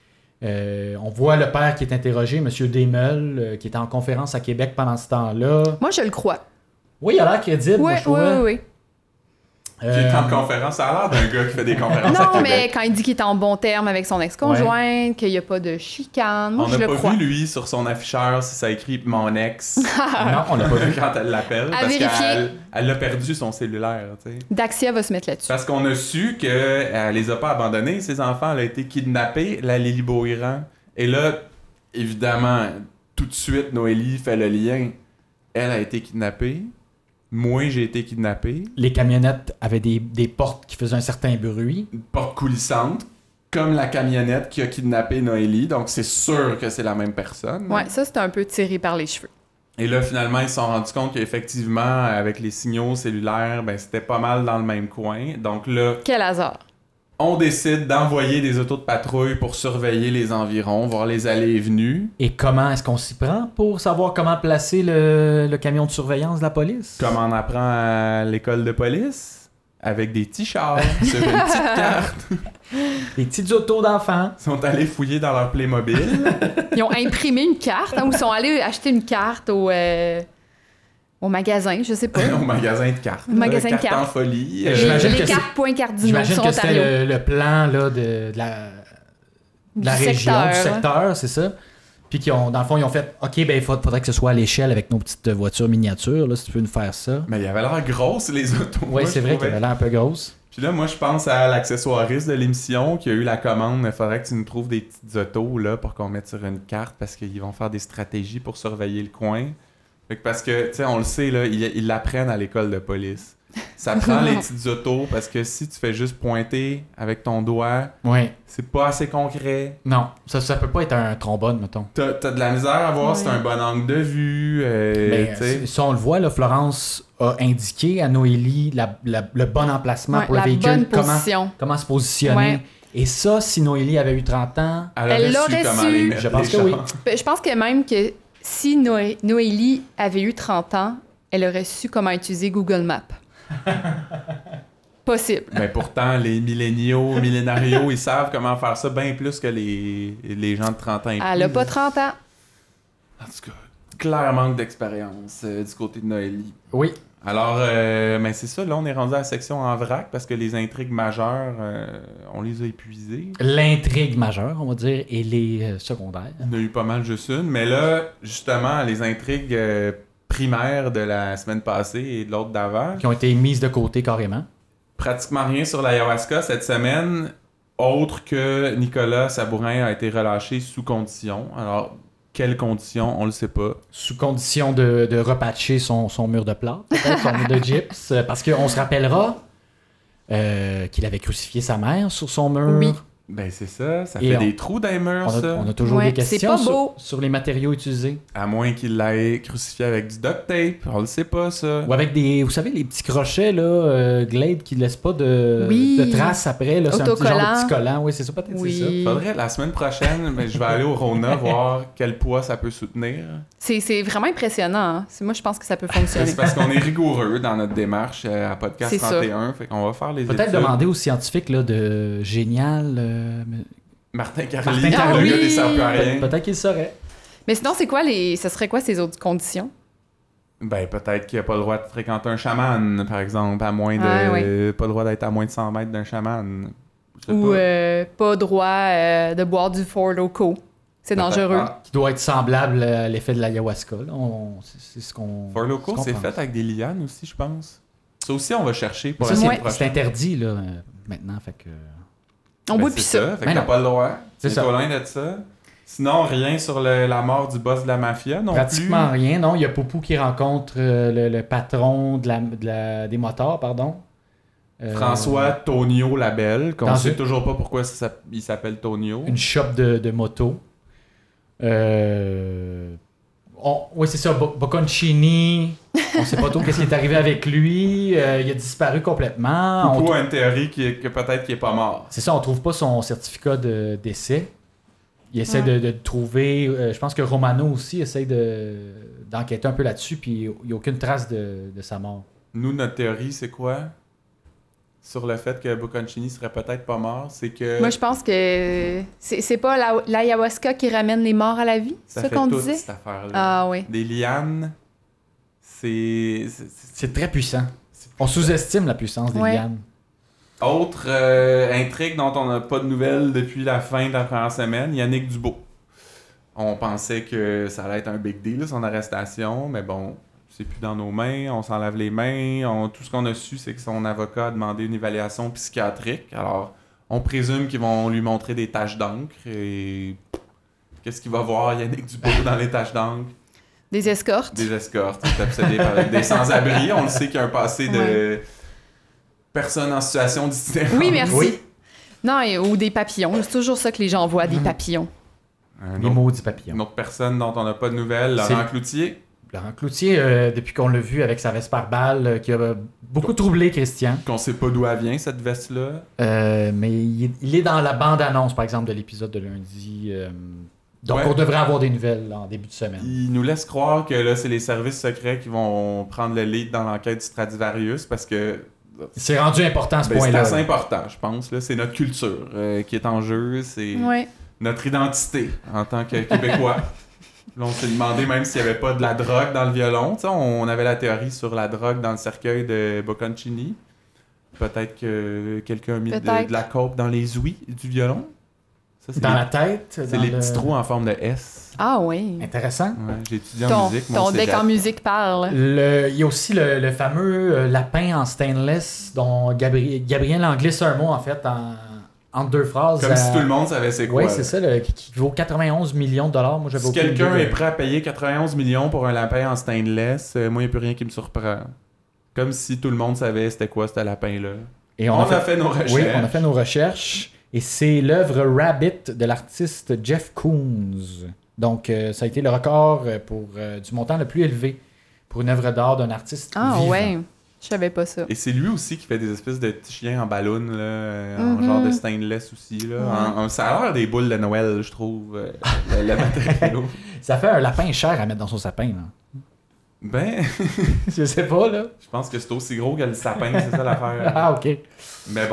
Euh, on voit le père qui est interrogé, M. Desmeules, euh, qui était en conférence à Québec pendant ce temps-là. Moi, je le crois. Oui, il a l'air crédible. Oui, moi, je oui, oui, oui. Euh... Qui est en conférence. Ça a l'air d'un gars qui fait des conférences non, à Québec. Non, mais quand il dit qu'il est en bon terme avec son ex-conjointe, ouais. qu'il n'y a pas de chicane, moi, on je le crois. On n'a pas vu, lui, sur son afficheur, si ça écrit « mon ex ». Non, on n'a pas vu quand elle l'appelle. À parce vérifier. qu'elle a perdu son cellulaire, tu sais. Daxia va se mettre là-dessus. Parce qu'on a su qu'elle les a pas abandonnés, ses enfants. Elle a été kidnappée, la Lily Beaugrand. Et là, évidemment, tout de suite, Noélie fait le lien. Elle a été kidnappée. Moi, j'ai été kidnappé. Les camionnettes avaient des, des portes qui faisaient un certain bruit. Une porte coulissante, comme la camionnette qui a kidnappé Noélie. Donc, c'est sûr que c'est la même personne. Ouais, ça, c'était un peu tiré par les cheveux. Et là, finalement, ils se sont rendus compte qu'effectivement, avec les signaux cellulaires, ben, c'était pas mal dans le même coin. Donc là... Quel hasard. On décide d'envoyer des autos de patrouille pour surveiller les environs, voir les allées et venues. Et comment est-ce qu'on s'y prend pour savoir comment placer le, le camion de surveillance de la police? Comme on apprend à l'école de police, avec des petits chars sur une petite carte. Des petites autos d'enfants. Ils sont allés fouiller dans leur Playmobil. Ils ont imprimé une carte, hein, ou ils sont allés acheter une carte au... Euh... Au magasin, je sais pas. Au magasin de cartes. Au magasin de cartes. en folie. Euh, j'imagine les que cartes point cardinaux J'imagine sur que c'était Ontario. le, le plan là, de, de la, de la du région, secteur, du secteur, c'est ça. Puis qui ont, dans le fond, ils ont fait « OK, ben il faudrait que ce soit à l'échelle avec nos petites voitures miniatures, là, si tu peux nous faire ça. » Mais il avait l'air grosse, les autos. Oui, c'est vrai qu'elle avait l'air un peu grosse. Puis là, moi, je pense à l'accessoiriste de l'émission qui a eu la commande. Il faudrait que tu nous trouves des petites autos là, pour qu'on mette sur une carte parce qu'ils vont faire des stratégies pour surveiller le coin. Fait que parce que, tu sais, on le sait, là, ils, ils l'apprennent à l'école de police. Ça prend les petites autos parce que si tu fais juste pointer avec ton doigt, ouais. c'est pas assez concret. Non, ça, ça peut pas être un trombone, mettons. T'as, t'as de la misère à voir, ouais. C'est un bon angle de vue. Euh, Mais ça, on le voit, là, Florence a indiqué à Noélie la, la, le bon emplacement ouais, pour le véhicule. Comment, comment se positionner. Ouais. Et ça, si Noélie avait eu trente ans, elle, elle l'aurait su. Comment les mettre, je pense que chars. oui. Je pense que même que si Noé- Noélie avait eu trente ans, elle aurait su comment utiliser Google Maps. Possible. Mais pourtant, les milléniaux, millénarios, ils savent comment faire ça bien plus que les, les gens de trente ans et plus. Elle a pas trente ans. En tout cas. clair manque d'expérience euh, du côté de Noélie. Oui. Alors, euh, ben c'est ça, là, on est rendu à la section en vrac parce que les intrigues majeures, euh, on les a épuisées. L'intrigue majeure, on va dire, et les euh, secondaires. On a eu pas mal juste une, mais là, justement, les intrigues euh, primaires de la semaine passée et de l'autre d'avant, Qui ont été mises de côté carrément. pratiquement rien sur l'ayahuasca cette semaine, autre que Nicolas Sabourin a été relâché sous condition. Alors, quelles conditions, on le sait pas. Sous condition de, de repatcher son, son mur de plâtre, peut-être, son mur de gyps. euh, Parce qu'on se rappellera euh, qu'il avait crucifié sa mère sur son mur. Oui. Ben c'est ça, ça Et fait on- des trous dans les murs, On a, ça. on a toujours Ouais, des c'est questions pas beau. sur, sur les matériaux utilisés. À moins qu'il l'ait crucifié avec du duct tape, on le sait pas, ça. Ou avec des, vous savez, les petits crochets, là, euh, Glade, qui laissent pas de, Oui. de traces après. Là, c'est un petit genre Autocollant. de petit collant. Oui, c'est ça, peut-être Oui. c'est ça. Faudrait, la semaine prochaine, mais je vais aller au Rona voir quel poids ça peut soutenir. C'est, c'est vraiment impressionnant. Hein. C'est, moi, je pense que ça peut fonctionner. C'est parce qu'on est rigoureux dans notre démarche euh, à Podcast C'est ça. trente et un, fait qu'on va faire les Peut-être études. demander aux scientifiques là, de Génial. euh, Martin Carly, Martin le Carly. gars des serpents-ariens. Peut-être qu'il saurait. Mais sinon, c'est quoi les. Ce serait quoi ces autres conditions? Ben, peut-être qu'il a pas le droit de fréquenter un chaman, par exemple, à moins de... Ah, oui. Pas le droit d'être à moins de cent mètres d'un chaman. Je sais Ou pas. euh, pas droit euh, de boire du Four Loko. C'est Peut-être. dangereux. Ah, Qui doit être semblable à l'effet de l'ayahuasca. là. On- C'est c'est ce qu'on. Four Loko, ce qu'on c'est pense. fait avec des lianes aussi, je pense. Ça aussi, on va chercher pour Ça, la c'est semaine Ouais. c'est prochaine. interdit là, euh, maintenant. Fait que... On Ben, boit c'est plus ça. Fait que Ben t'as non. pas le droit. C'est C'est ça. pas loin de ça. Sinon, rien sur le- la mort du boss de la mafia non Pratiquement plus. rien, non. Il y a Poupou qui rencontre euh, le, le patron de la, de la- des motards, pardon. Euh, François Tonio Labelle, qu'on Dans sait une- toujours pas pourquoi ça s'app- il s'appelle Tonio. Une shop de, de moto. Euh... on- Oui, c'est ça. Bo- Bocconcini. On sait pas trop qu'est-ce qui est arrivé avec lui. Euh, il a disparu complètement. On Poupou trou- a une théorie qui est- que peut-être qu'il est pas mort. C'est ça, on trouve pas son certificat de décès. Il essaie Ouais. de, de trouver. euh, je pense que Romano aussi essaie de, d'enquêter un peu là-dessus, puis il n'y a aucune trace de, de sa mort. Nous, notre théorie, c'est quoi? Sur le fait que Bocconcini serait peut-être pas mort, c'est que Moi, je pense que c'est, c'est pas la, l'ayahuasca qui ramène les morts à la vie, ça c'est ça fait qu'on toute disait? cette affaire-là. Ah oui. Des lianes, c'est... c'est- c'est- C'est très puissant. On sous-estime la puissance des Ouais. lianes. Autre euh, intrigue dont on n'a pas de nouvelles depuis la fin de la première semaine, Yannick Dubo. On pensait que ça allait être un big deal, son arrestation, mais bon, c'est plus dans nos mains, on s'en lave les mains. On- tout ce qu'on a su, c'est que son avocat a demandé une évaluation psychiatrique. Alors, on présume qu'ils vont lui montrer des taches d'encre et... Qu'est-ce qu'il va voir, Yannick Dubo, dans les taches d'encre? Des escortes. Des escortes, il est obsédé par des sans-abri. On le sait qu'il y a un passé de Ouais. personnes en situation d'itinérance. Oui, merci. Oui. Non, et- ou des papillons. C'est toujours ça que les gens voient, Mhm. des papillons. Un Les autre- maudits papillons. Une autre personne dont on n'a pas de nouvelles, C'est- Laurent Cloutier, Laurent Cloutier, euh, depuis qu'on l'a vu avec sa veste par balle, euh, qui a euh, beaucoup troublé Christian. qu'on sait pas d'où elle vient, cette veste-là. Euh, mais il est, il est dans la bande-annonce, par exemple, de l'épisode de lundi. euh, donc, Ouais. on devrait avoir des nouvelles là, en début de semaine. Il nous laisse croire que là, c'est les services secrets qui vont prendre le lead dans l'enquête du Stradivarius parce que C'est rendu important à ce ben, c'est point-là. assez important, je pense. Là. C'est notre culture euh, qui est en jeu, c'est Ouais. notre identité en tant que Québécois. Là, on s'est demandé même s'il n'y avait pas de la drogue dans le violon. Tu sais, on avait la théorie sur la drogue dans le cercueil de Bocconcini. Peut-être que quelqu'un a mis de, Peut-être. de la coke dans les ouïes du violon. Ça, c'est Dans les, la tête. c'est dans les le- petits trous en forme de S. Ah oui. Intéressant. Ouais, j'ai étudié en Ton, musique. moi, ton au deck cégep. en musique parle. Le- il y a aussi le, le fameux euh, lapin en stainless dont Gabri- Gabriel en glisse un mot, en fait, en, entre deux phrases. Comme à- si tout le monde savait c'est quoi. Oui, là. c'est ça, le- qui, qui vaut quatre-vingt-onze millions de dollars. Moi, j'avais Si aucune quelqu'un idée est de- prêt à payer quatre-vingt-onze millions pour un lapin en stainless, euh, moi, il n'y a plus rien qui me surprend. Comme si tout le monde savait c'était quoi ce lapin-là. Et On, a, fait, nos recherches. Oui, on a fait nos recherches. Et c'est l'œuvre Rabbit de l'artiste Jeff Koons. Donc, euh, ça a été le record euh, pour euh, du montant le plus élevé pour une œuvre d'art d'un artiste Ah vivant. ouais. Je savais pas ça. Et c'est lui aussi qui fait des espèces de petits chiens en ballon, là, euh, en Mhm. genre de stainless aussi. Là. En- en- ça a l'air des boules de Noël, je trouve, euh, le, le matériau. Ça fait un lapin cher à mettre dans son sapin. Là. Ben, Je sais pas, là. je pense que c'est aussi gros que le sapin, c'est ça l'affaire. Ah, ok. Mais bon.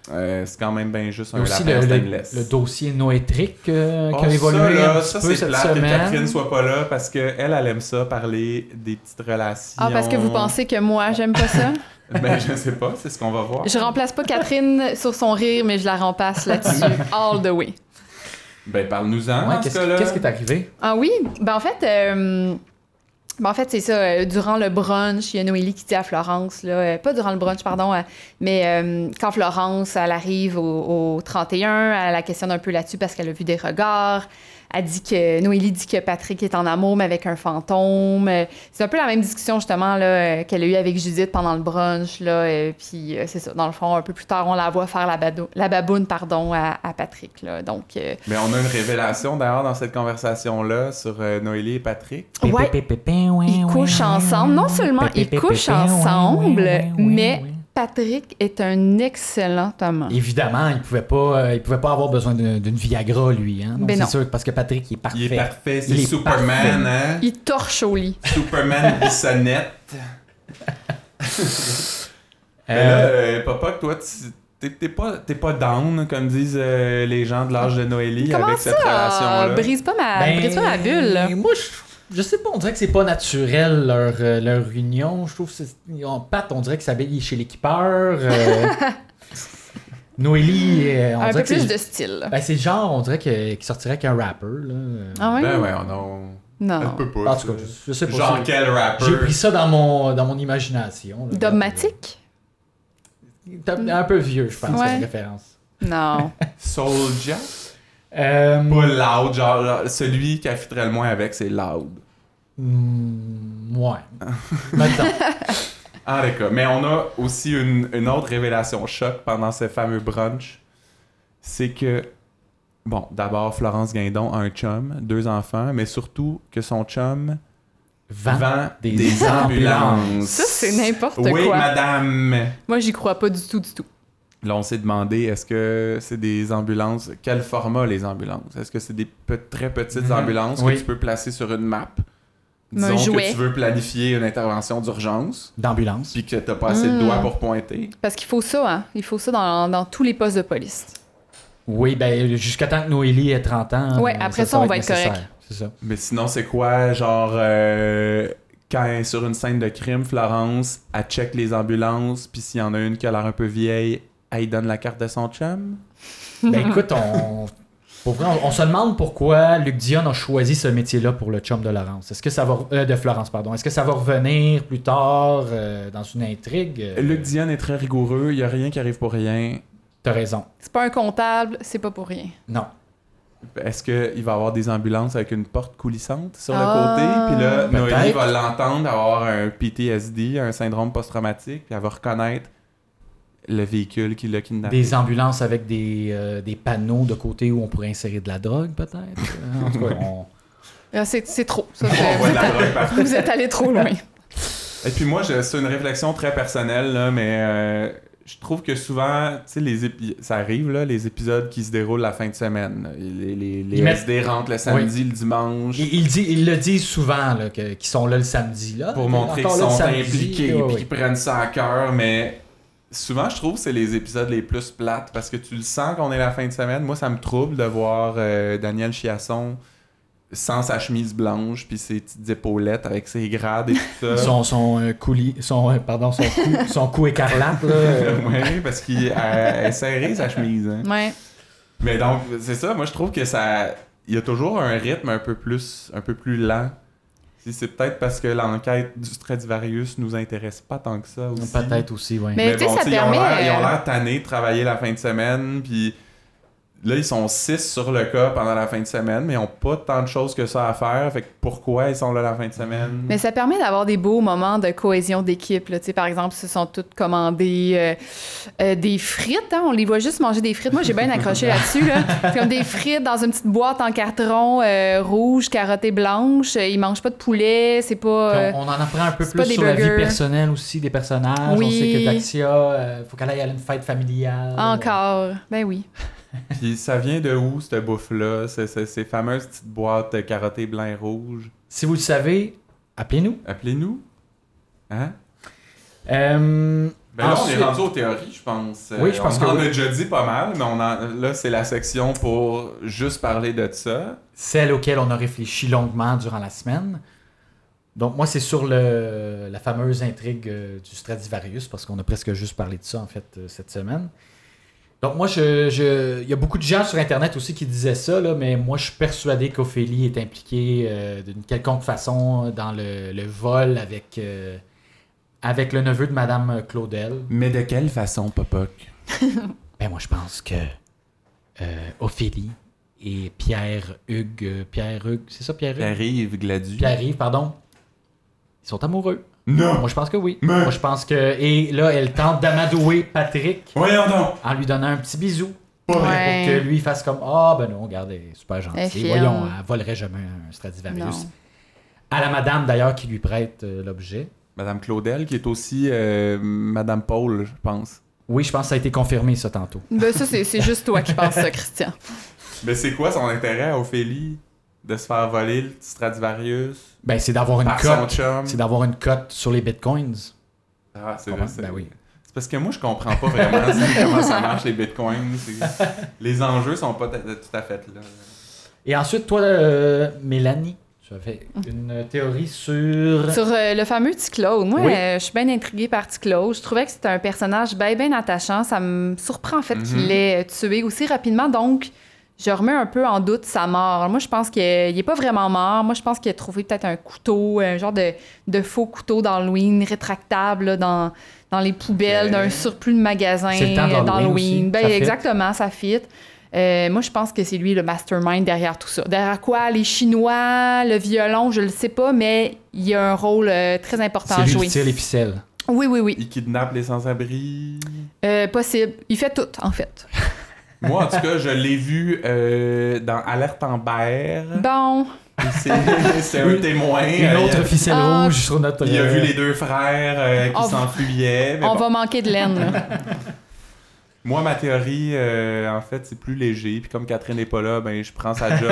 Euh, c'est quand même bien juste Il y un a aussi lapin le, le, stainless. le dossier noétrique euh, Oh, qui a évolué ça, là, un petit ça, peu c'est cette plate que semaine. Catherine soit pas là parce qu'elle, elle aime ça, parler des petites relations. Ah, parce que vous pensez que moi, j'aime pas ça? Ben, je sais pas, c'est ce qu'on va voir. Je remplace pas Catherine sur son rire, mais je la remplace là-dessus, all the way. Ben, parle-nous-en, Ouais, dans ce qu'est-ce, cas-là. qu'est-ce qui est arrivé? Ah oui? Ben en fait, euh, ben en fait c'est ça. euh, durant le brunch, il y a Noélie qui dit à Florence, là, euh, pas durant le brunch, pardon, euh, mais euh, quand Florence, elle arrive au, au trente et un, elle la questionne un peu là-dessus parce qu'elle a vu des regards. Elle dit que Noélie dit que Patrick est en amour, mais avec un fantôme. Euh, C'est un peu la même discussion, justement, là, euh, qu'elle a eue avec Judith pendant le brunch. Là, euh, puis, euh, c'est ça. Dans le fond, un peu plus tard, on la voit faire la, bado- la baboune pardon, à, à Patrick. Là. Donc, euh, Mais on a une révélation d'ailleurs dans cette conversation-là sur euh, Noélie et Patrick. ouais, ils couchent ensemble. Non seulement ils couchent ensemble, mais Patrick est un excellent amant. Évidemment, il pouvait pas, euh, il pouvait pas avoir besoin d'une, d'une Viagra, lui. Hein? Donc, Ben c'est non. sûr, parce que Patrick, il est parfait. Il est parfait, c'est Il est Superman, hein? Il torche au lit. Superman bissonnette. Mais là, euh, papa, toi, tu- t'es, t'es pas, t'es pas down, comme disent euh, les gens de l'âge de Noélie, Comment avec ça? cette relation-là. Brise pas ma, Ben, brise pas ma bulle. Là. Moi, je, je sais pas, on dirait que c'est pas naturel leur, euh, leur union. Je trouve que c'est. En Pat, on dirait que s'habille chez l'équipeur. Euh, Noélie, euh, on Un dirait peu que plus c'est. de style. Ben, c'est le genre, on dirait que- qu'il sortirait avec un rapper. Là. Ah ouais? Ben ouais, on a... Non. Elle peut pas. En tout cas, je, je sais pas. Genre c'est- quel rapper? J'ai pris ça dans mon, dans mon imagination. là. Dogmatique? T'as- Un peu vieux, je pense, Ouais. comme référence. Non. Soulja? Euh, Pas loud, genre, genre, celui qui affiterait le moins avec, c'est loud. hmm, ouais. Maintenant. Ah d'accord. Mais on a aussi une, une autre révélation choc pendant ce fameux brunch. C'est que, bon, d'abord, Florence Guindon a un chum, deux enfants, mais surtout que son chum Vend, vend des, des ambulances. Ça, c'est n'importe Oui, quoi. madame. Moi, j'y crois pas du tout, du tout. Là, on s'est demandé, est-ce que c'est des ambulances... Quel format, les ambulances? Est-ce que c'est des pe- très petites Mhm. ambulances Oui. que tu peux placer sur une map? Un Disons jouet. que tu veux planifier une intervention d'urgence, D'ambulance. puis que t'as pas assez de Mm. doigts pour pointer. Parce qu'il faut ça, hein. Il faut ça dans, dans tous les postes de police. Oui, ben jusqu'à temps que Noélie ait trente ans. Ouais, euh, après ça, on va être nécessaire. correct. C'est ça. Mais sinon, c'est quoi, genre... euh, quand elle est sur une scène de crime, Florence, elle check les ambulances, puis s'il y en a une qui a l'air un peu vieille, elle lui donne la carte de son chum? Ben écoute, on... Pour vrai, on, on se demande pourquoi Luc Dion a choisi ce métier-là pour le chum de Laurence. Est-ce que ça va... euh, de Florence, pardon. Est-ce que ça va revenir plus tard euh, dans une intrigue? Euh, Luc Dion est très rigoureux, il y a rien qui arrive pour rien. T'as raison. C'est pas un comptable, c'est pas pour rien. Non. Est-ce qu'il va y avoir des ambulances avec une porte coulissante sur le Ah, côté? Puis là, peut-être. Noélie va l'entendre, avoir un P T S D, un syndrome post-traumatique, puis elle va reconnaître le véhicule qui l'a kidnappé. Des ambulances avec des, euh, des panneaux de côté où on pourrait insérer de la drogue, peut-être? Euh, en tout cas, on... Là, C'est c'est trop. Ça, On c'est- voit de la drogue partout. vous êtes allé trop loin. Et puis moi, je- c'est une réflexion très personnelle, là, mais euh, je trouve que souvent, tu sais, les épi- ça arrive, là, les épisodes qui se déroulent la fin de semaine. Les, les, les Ils mettent- S D rentrent le samedi, le dimanche, Ils, ils dit- ils le disent souvent, là, que- qu'ils sont là le samedi. Là, pour montrer qu'ils Encore là sont le samedi, impliqués, ouais, puis ouais. qu'ils prennent ça à cœur, mais souvent, je trouve que c'est les épisodes les plus plates, parce que tu le sens qu'on est la fin de semaine. Moi, ça me trouble de voir euh, Daniel Chiasson sans sa chemise blanche, puis ses petites épaulettes avec ses grades et tout ça. Son, son, euh, coulis, son, euh, pardon, son, cou, son cou écarlate. Là, euh, Oui, parce qu'il elle- elle est serrée, sa chemise. Hein. Ouais. Mais donc, c'est ça, moi je trouve que ça. Il y a toujours un rythme un peu plus, un peu plus lent. Si c'est peut-être parce que l'enquête du Stradivarius nous intéresse pas tant que ça aussi. Peut-être aussi, oui. Mais- tu sais, ça t'sais, ils ont permet, l'air- Ils ont euh, l'air tannés de travailler la fin de semaine, puis là, ils sont six sur le cas pendant la fin de semaine, mais ils ont pas tant de choses que ça à faire. Fait que pourquoi ils sont là la fin de semaine? Mais ça permet d'avoir des beaux moments de cohésion d'équipe. Là. Tu sais, par exemple, ils se sont tous commandés euh, euh, des frites. Hein? On les voit juste manger des frites. Moi, j'ai bien accroché là-dessus. Là. C'est comme des frites dans une petite boîte en carton euh, rouge, carottée blanche. Ils mangent pas de poulet. C'est pas... Puis euh, On, on en apprend un peu c'est pas plus des sur la vie burgers. personnelle aussi des personnages. Oui. On sait que Daxia, euh, faut qu'elle aille à une fête familiale. Encore. Ben oui. Puis ça vient de où, cette bouffe-là? C'est- c'est- Ces fameuses petites boîtes euh, carottées blanc et rouge? Si vous le savez, appelez-nous. Appelez-nous. Hein? Euh, Ben là, Ensuite- on est rendu aux théories, je pense. Oui, je pense on que en oui. a déjà dit pas mal, mais on en- là, c'est la section pour juste parler de ça. Celle auquel on a réfléchi longuement durant la semaine. Donc, moi, c'est sur le, la fameuse intrigue euh, du Stradivarius, parce qu'on a presque juste parlé de ça, en fait, euh, cette semaine. Donc, moi, je, je, il y a beaucoup de gens sur Internet aussi qui disaient ça, là, mais moi, je suis persuadé qu'Ophélie est impliquée euh, d'une quelconque façon dans le, le vol avec, euh, avec le neveu de Madame Claudel. Mais de quelle façon, Popoc? Ben, moi, je pense que euh, Ophélie et Pierre-Hugues... euh, Pierre-Hugues, c'est ça, Pierre-Hugues? Pierre-Yves Gladu. Pierre-Yves, pardon. Ils sont amoureux. Non! Moi, je pense que oui. Mais- Moi, je pense que... Et là, elle tente d'amadouer Patrick Voyons donc! en lui donnant un petit bisou. Pas vrai. Ouais. Pour que lui fasse comme « Ah, ben non, regarde, elle est super Elle gentille. filme. Voyons, elle volerait jamais un Stradivarius. Non. » À la madame, d'ailleurs, qui lui prête euh, l'objet. Madame Claudel, qui est aussi euh, Madame Paul, je pense. Oui, je pense que ça a été confirmé, ça, tantôt. Ben ça, c'est c'est juste toi qui penses ça, Christian. Mais c'est quoi son intérêt à Ophélie? De se faire voler le petit Stradivarius? Ben, c'est d'avoir une Par son cote. chum? C'est d'avoir une cote sur les bitcoins. Ah, c'est Comment? vrai. c'est- Ben oui. C'est parce que moi, je comprends pas vraiment c'est comment ça marche, les bitcoins. C'est- Les enjeux sont pas t- tout à fait là. Et ensuite, toi, euh, Mélanie, tu avais une théorie sur... Sur euh, le fameux Ticlaude, moi, Oui. euh, je suis bien intriguée par Ticlaude. Je trouvais que c'était un personnage bien, bien attachant. Ça me surprend, en fait, Mhm. qu'il l'ait tué aussi rapidement. Donc, je remets un peu en doute sa mort. Moi, je pense qu'il n'est pas vraiment mort. Moi, je pense qu'il a trouvé peut-être un couteau, un genre de, de faux couteau d'Halloween rétractable là, dans, dans les poubelles Ok. d'un surplus de magasin C'est le temps d'Halloween d'Halloween. aussi, Ben, ça fit. exactement, ça fit. Euh, moi, je pense que c'est lui le mastermind derrière tout ça. Derrière quoi? Les Chinois, le violon, je le sais pas, mais il y a un rôle euh, très important C'est à lui jouer. qui tire les ficelles. Oui, oui, oui. Il kidnappe les sans-abri. Euh, possible. Il fait tout, en fait. Moi, en tout cas, je l'ai vu euh, dans Alerte Amber. Bon, C'est c'est un témoin. Une euh, autre ficelle Ah, rouge sur notre... Il a euh, vu les deux frères euh, qui On- s'enfuyaient. mais on bon. va manquer de laine. là. Moi, ma théorie, euh, en fait, c'est plus léger. Puis comme Catherine n'est pas là, ben je prends sa job.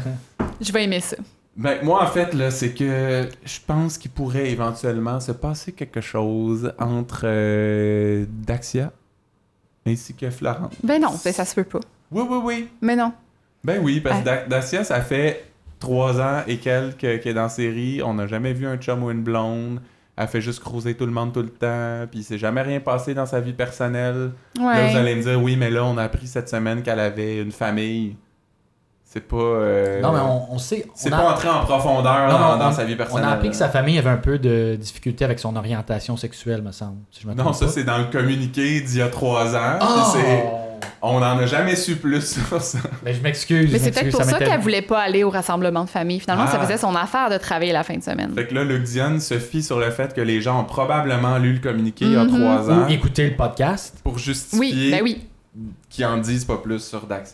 Je vais aimer ça. Ben, moi, en fait, là, c'est que je pense qu'il pourrait éventuellement se passer quelque chose entre euh, Daxia ainsi que Florence. Ben non, ben ça se peut pas. Oui, oui, oui. Mais non. Ben oui, parce que Ah. Da- Daxia, ça fait trois ans et quelques qu'elle est dans la série. On n'a jamais vu un chum ou une blonde. Elle fait juste croiser tout le monde tout le temps. Puis il s'est jamais rien passé dans sa vie personnelle. Là, Ouais. vous allez me dire, oui, mais là, on a appris cette semaine qu'elle avait une famille. C'est pas... euh, Non, mais on, on sait... on C'est a- pas entré en profondeur Non, dans, non, dans on- sa vie On personnelle. a appris que sa famille avait un peu de difficulté avec son orientation sexuelle, me semble. Si je me Non, trompe ça, pas. c'est dans le communiqué d'il y a trois ans. Oh! Puis c'est- On n'en a jamais su plus sur ça. Ben, je m'excuse. Mais je c'est peut-être m'excuse, pour ça m'était- qu'elle voulait pas aller au rassemblement de famille. Finalement, ça Ah. faisait son affaire de travailler la fin de semaine. Fait que là, Luc Dion se fie sur le fait que les gens ont probablement lu le communiqué il y a Mhm. trois ans Ou écouter le podcast. pour Oui, justifier ben oui. qu'ils en disent pas plus sur Daxia.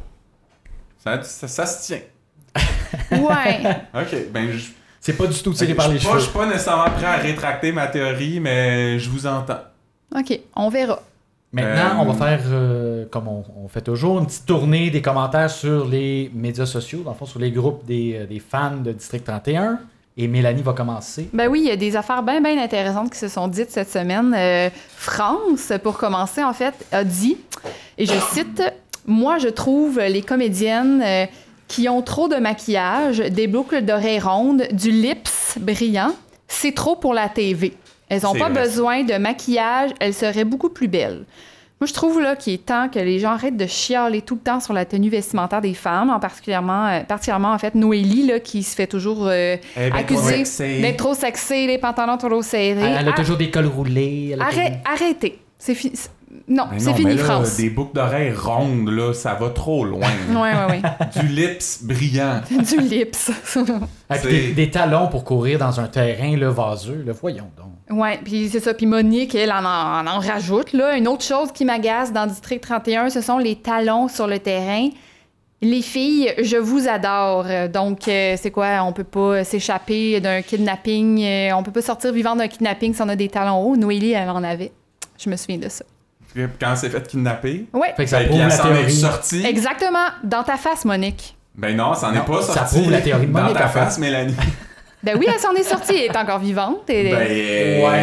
Ça, ça, ça se tient. Ouais. Ok, ben je... C'est pas du tout tiré ok, par je les suis pas- cheveux. je suis pas nécessairement prêt à rétracter ma théorie, mais je vous entends. OK, on verra. Maintenant, Euh, on va faire, euh, comme on, on fait toujours, une petite tournée des commentaires sur les médias sociaux, dans le fond, sur les groupes des, euh, des fans de District trente et un. Et Mélanie va commencer. Ben oui, il y a des affaires bien, bien intéressantes qui se sont dites cette semaine. Euh, France, pour commencer, en fait, a dit, et je cite, « Moi, je trouve les comédiennes euh, qui ont trop de maquillage, des boucles d'oreilles rondes, du lips brillant, c'est trop pour la T V. Elles n'ont C'est pas vrai. besoin de maquillage, elles seraient beaucoup plus belles. » Moi, je trouve là qu'il est temps que les gens arrêtent de chialer tout le temps sur la tenue vestimentaire des femmes, en particulièrement, euh, particulièrement en fait, Noélie, là, qui se fait toujours euh, Eh ben, accusée sexy. d'être trop sexy, les pantalons trop serrés. Elle, elle a Ar- toujours des cols roulés. elle a Arrête- toujours- arrêtez. C'est fi- c'est- Non, Ben c'est non, fini, mais là, France. des boucles d'oreilles rondes, là, ça va trop loin. Ouais, ouais, Du lips brillant. ouais. Du lips. Avec c'est- des, des talons pour courir dans un terrain là, vaseux. Là, voyons donc. Ouais, puis c'est ça. Puis Monique, elle en, en, en rajoute. Là. Une autre chose qui m'agace dans District trente et un, ce sont les talons sur le terrain. Les filles, je vous adore. Euh, Donc, euh, c'est quoi? On peut pas s'échapper d'un kidnapping. euh, on peut pas sortir vivant d'un kidnapping si on a des talons hauts. Noélie, elle en avait. Je me souviens de ça. Puis quand elle s'est fait kidnapper, Ouais, Fait que ça ben, puis prouve elle la s'en est théorie. sortie. exactement. Dans ta face, Monique. Ben non, ça n'est Non, pas ça sorti. prouve la théorie de Dans Monique, ta en fait. face, Mélanie. Ben oui, elle s'en est sortie. Elle est encore vivante. Et... Ben, Ouais, mais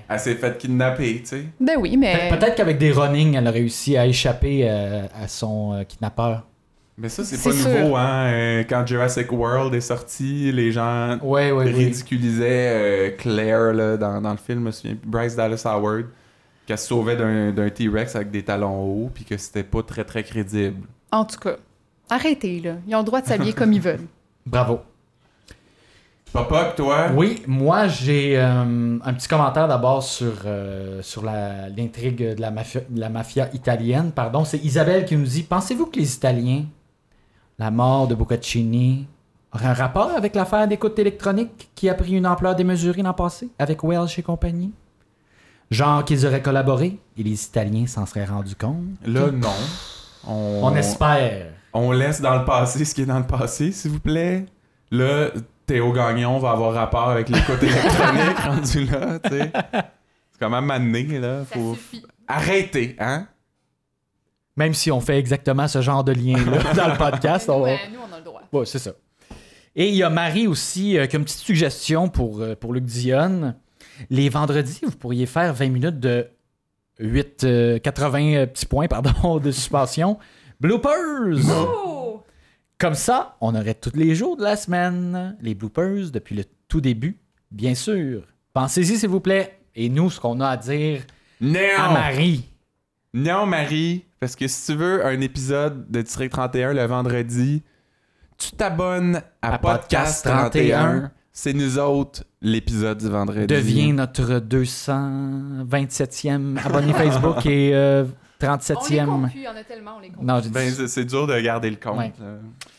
Elle s'est faite kidnapper, tu sais. Ben oui, mais... Pe- Peut-être qu'avec des running, elle a réussi à échapper euh, à son euh, kidnappeur. Mais ça, c'est, C'est pas sûr. nouveau, hein. Euh, quand Jurassic World est sorti, les gens Ouais, ouais, oui. ridiculisaient euh, Claire là, dans, dans le film, je me souviens, Bryce Dallas Howard, qu'elle se sauvait d'un, d'un T-Rex avec des talons hauts, puis que c'était pas très très crédible. En tout cas, arrêtez, là. Ils ont le droit de s'habiller comme ils veulent. Bravo. Papa, toi? Oui, moi j'ai euh, un petit commentaire d'abord sur, euh, sur la, l'intrigue de la, mafia, de la mafia italienne. Pardon, c'est Isabelle qui nous dit: pensez-vous que les Italiens, la mort de Boccaccini, auraient un rapport avec l'affaire d'écoute électronique qui a pris une ampleur démesurée l'an passé avec Welsh et compagnie? Genre qu'ils auraient collaboré et les Italiens s'en seraient rendus compte? Là, non. On, On espère. on laisse dans le passé ce qui est dans le passé, s'il vous plaît. Là, Théo Gagnon va avoir rapport avec l'écoute électronique rendu là, tu sais. C'est quand même amené, là. Ça Faut suffit. arrêter, hein? Même si on fait exactement ce genre de lien-là dans le podcast, on va... Ouais, nous, on a le droit. Ouais, c'est ça. Et il y a Marie aussi euh, qui a une petite suggestion pour, euh, pour Luc Dionne. Les vendredis, vous pourriez faire vingt minutes de huit, euh, quatre-vingts euh, petits points pardon, de suspension. Bloopers! Oh! Comme ça, on aurait tous les jours de la semaine les bloopers depuis le tout début, bien sûr. Pensez-y, s'il vous plaît. Et nous, ce qu'on a à dire Non! à Marie. Non, Marie, parce que si tu veux un épisode de District trente et un le vendredi, tu t'abonnes à, À Podcast Podcast trente et un. trente et un. C'est nous autres, l'épisode du vendredi. Devient notre deux cent vingt-septième abonné Facebook et euh, On les trente-septième. compte plus, il y en a tellement, on les compte. Non, j'ai dit- Ben, c'est, c'est dur de garder le compte. Ouais. là.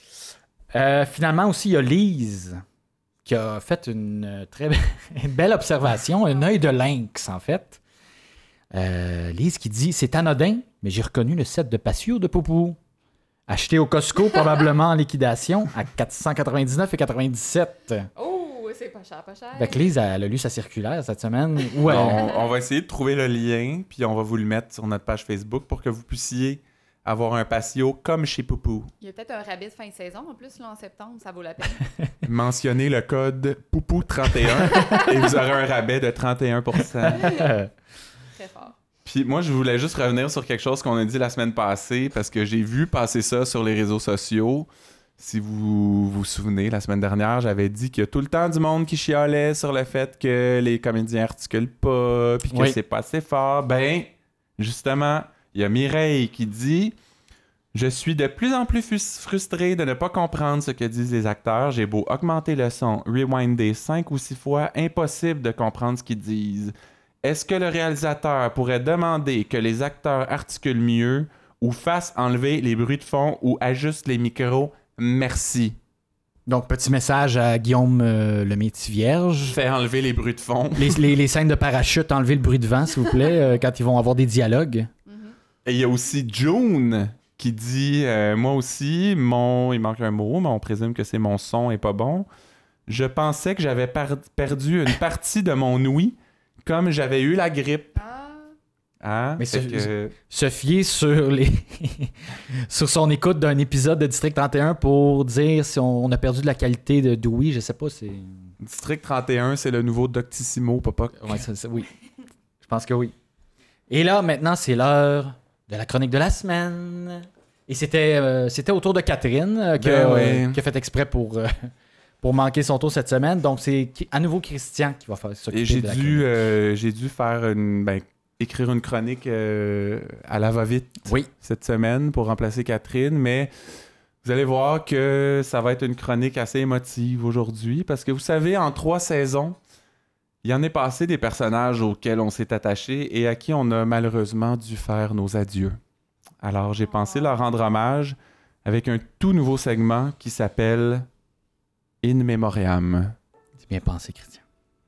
Euh, finalement aussi, il y a Lise qui a fait une euh, très be- une belle observation, un œil de lynx en fait. Euh, Lise qui dit: c'est anodin, mais j'ai reconnu le set de Passio de Poupou. Acheté au Costco, probablement en liquidation, à quatre cent quatre-vingt-dix-neuf et quatre-vingt-dix-sept. Oh, c'est pas cher, pas cher. Fait que Lise, elle a lu sa circulaire cette semaine. Ouais. On, on va essayer de trouver le lien, puis on va vous le mettre sur notre page Facebook pour que vous puissiez avoir un patio comme chez Poupou. Il y a peut-être un rabais de fin de saison en plus, là, en septembre, ça vaut la peine. Mentionnez le code Poupou trente et un et vous aurez un rabais de trente et un pour cent. Très fort. Puis moi, je voulais juste revenir sur quelque chose qu'on a dit la semaine passée parce que j'ai vu passer ça sur les réseaux sociaux. Si vous vous souvenez, la semaine dernière, j'avais dit qu'il y a tout le temps du monde qui chialait sur le fait que les comédiens articulent pas puis que Oui. c'est pas assez fort. Ben, justement, il y a Mireille qui dit « Je suis de plus en plus fus- frustré de ne pas comprendre ce que disent les acteurs. J'ai beau augmenter le son, rewinder cinq ou six fois, impossible de comprendre ce qu'ils disent. Est-ce que le réalisateur pourrait demander que les acteurs articulent mieux ou fassent enlever les bruits de fond ou ajustent les micros? Merci. Donc, petit message à Guillaume euh, le métier vierge. Fais enlever les bruits de fond. Les, les- les scènes de parachute, enlevez le bruit de vent, s'il vous plaît, euh, quand ils vont avoir des dialogues. Et il y a aussi June qui dit euh, Moi aussi, mon. Il manque un mot, mais on présume que c'est mon son est pas bon. Je pensais que j'avais par- perdu une partie de mon ouïe comme j'avais eu la grippe. Ah, Hein? Mais Fait c'est- que- Se fier sur les sur son écoute d'un épisode de District trente et un pour dire si on, on a perdu de la qualité de d'ouïe, je sais pas, c'est... District trente et un, c'est le nouveau Doctissimo, papa. Ouais, ça- ça- oui. Je pense que oui. Et là, maintenant, c'est l'heure de la chronique de la semaine. Et c'était euh, c'était au tour de Catherine euh, que, Ben ouais. euh, qui a fait exprès pour, euh, pour manquer son tour cette semaine. Donc, c'est qui- à nouveau Christian qui va faire s'occuper Et j'ai de la dû, chronique. euh, j'ai dû faire une, ben, écrire une chronique euh, à la va-vite Oui. cette semaine pour remplacer Catherine, mais vous allez voir que ça va être une chronique assez émotive aujourd'hui parce que vous savez, en trois saisons, il y en est passé des personnages auxquels on s'est attaché et à qui on a malheureusement dû faire nos adieux. Alors, j'ai pensé leur rendre hommage avec un tout nouveau segment qui s'appelle In Memoriam. C'est bien pensé, Christian.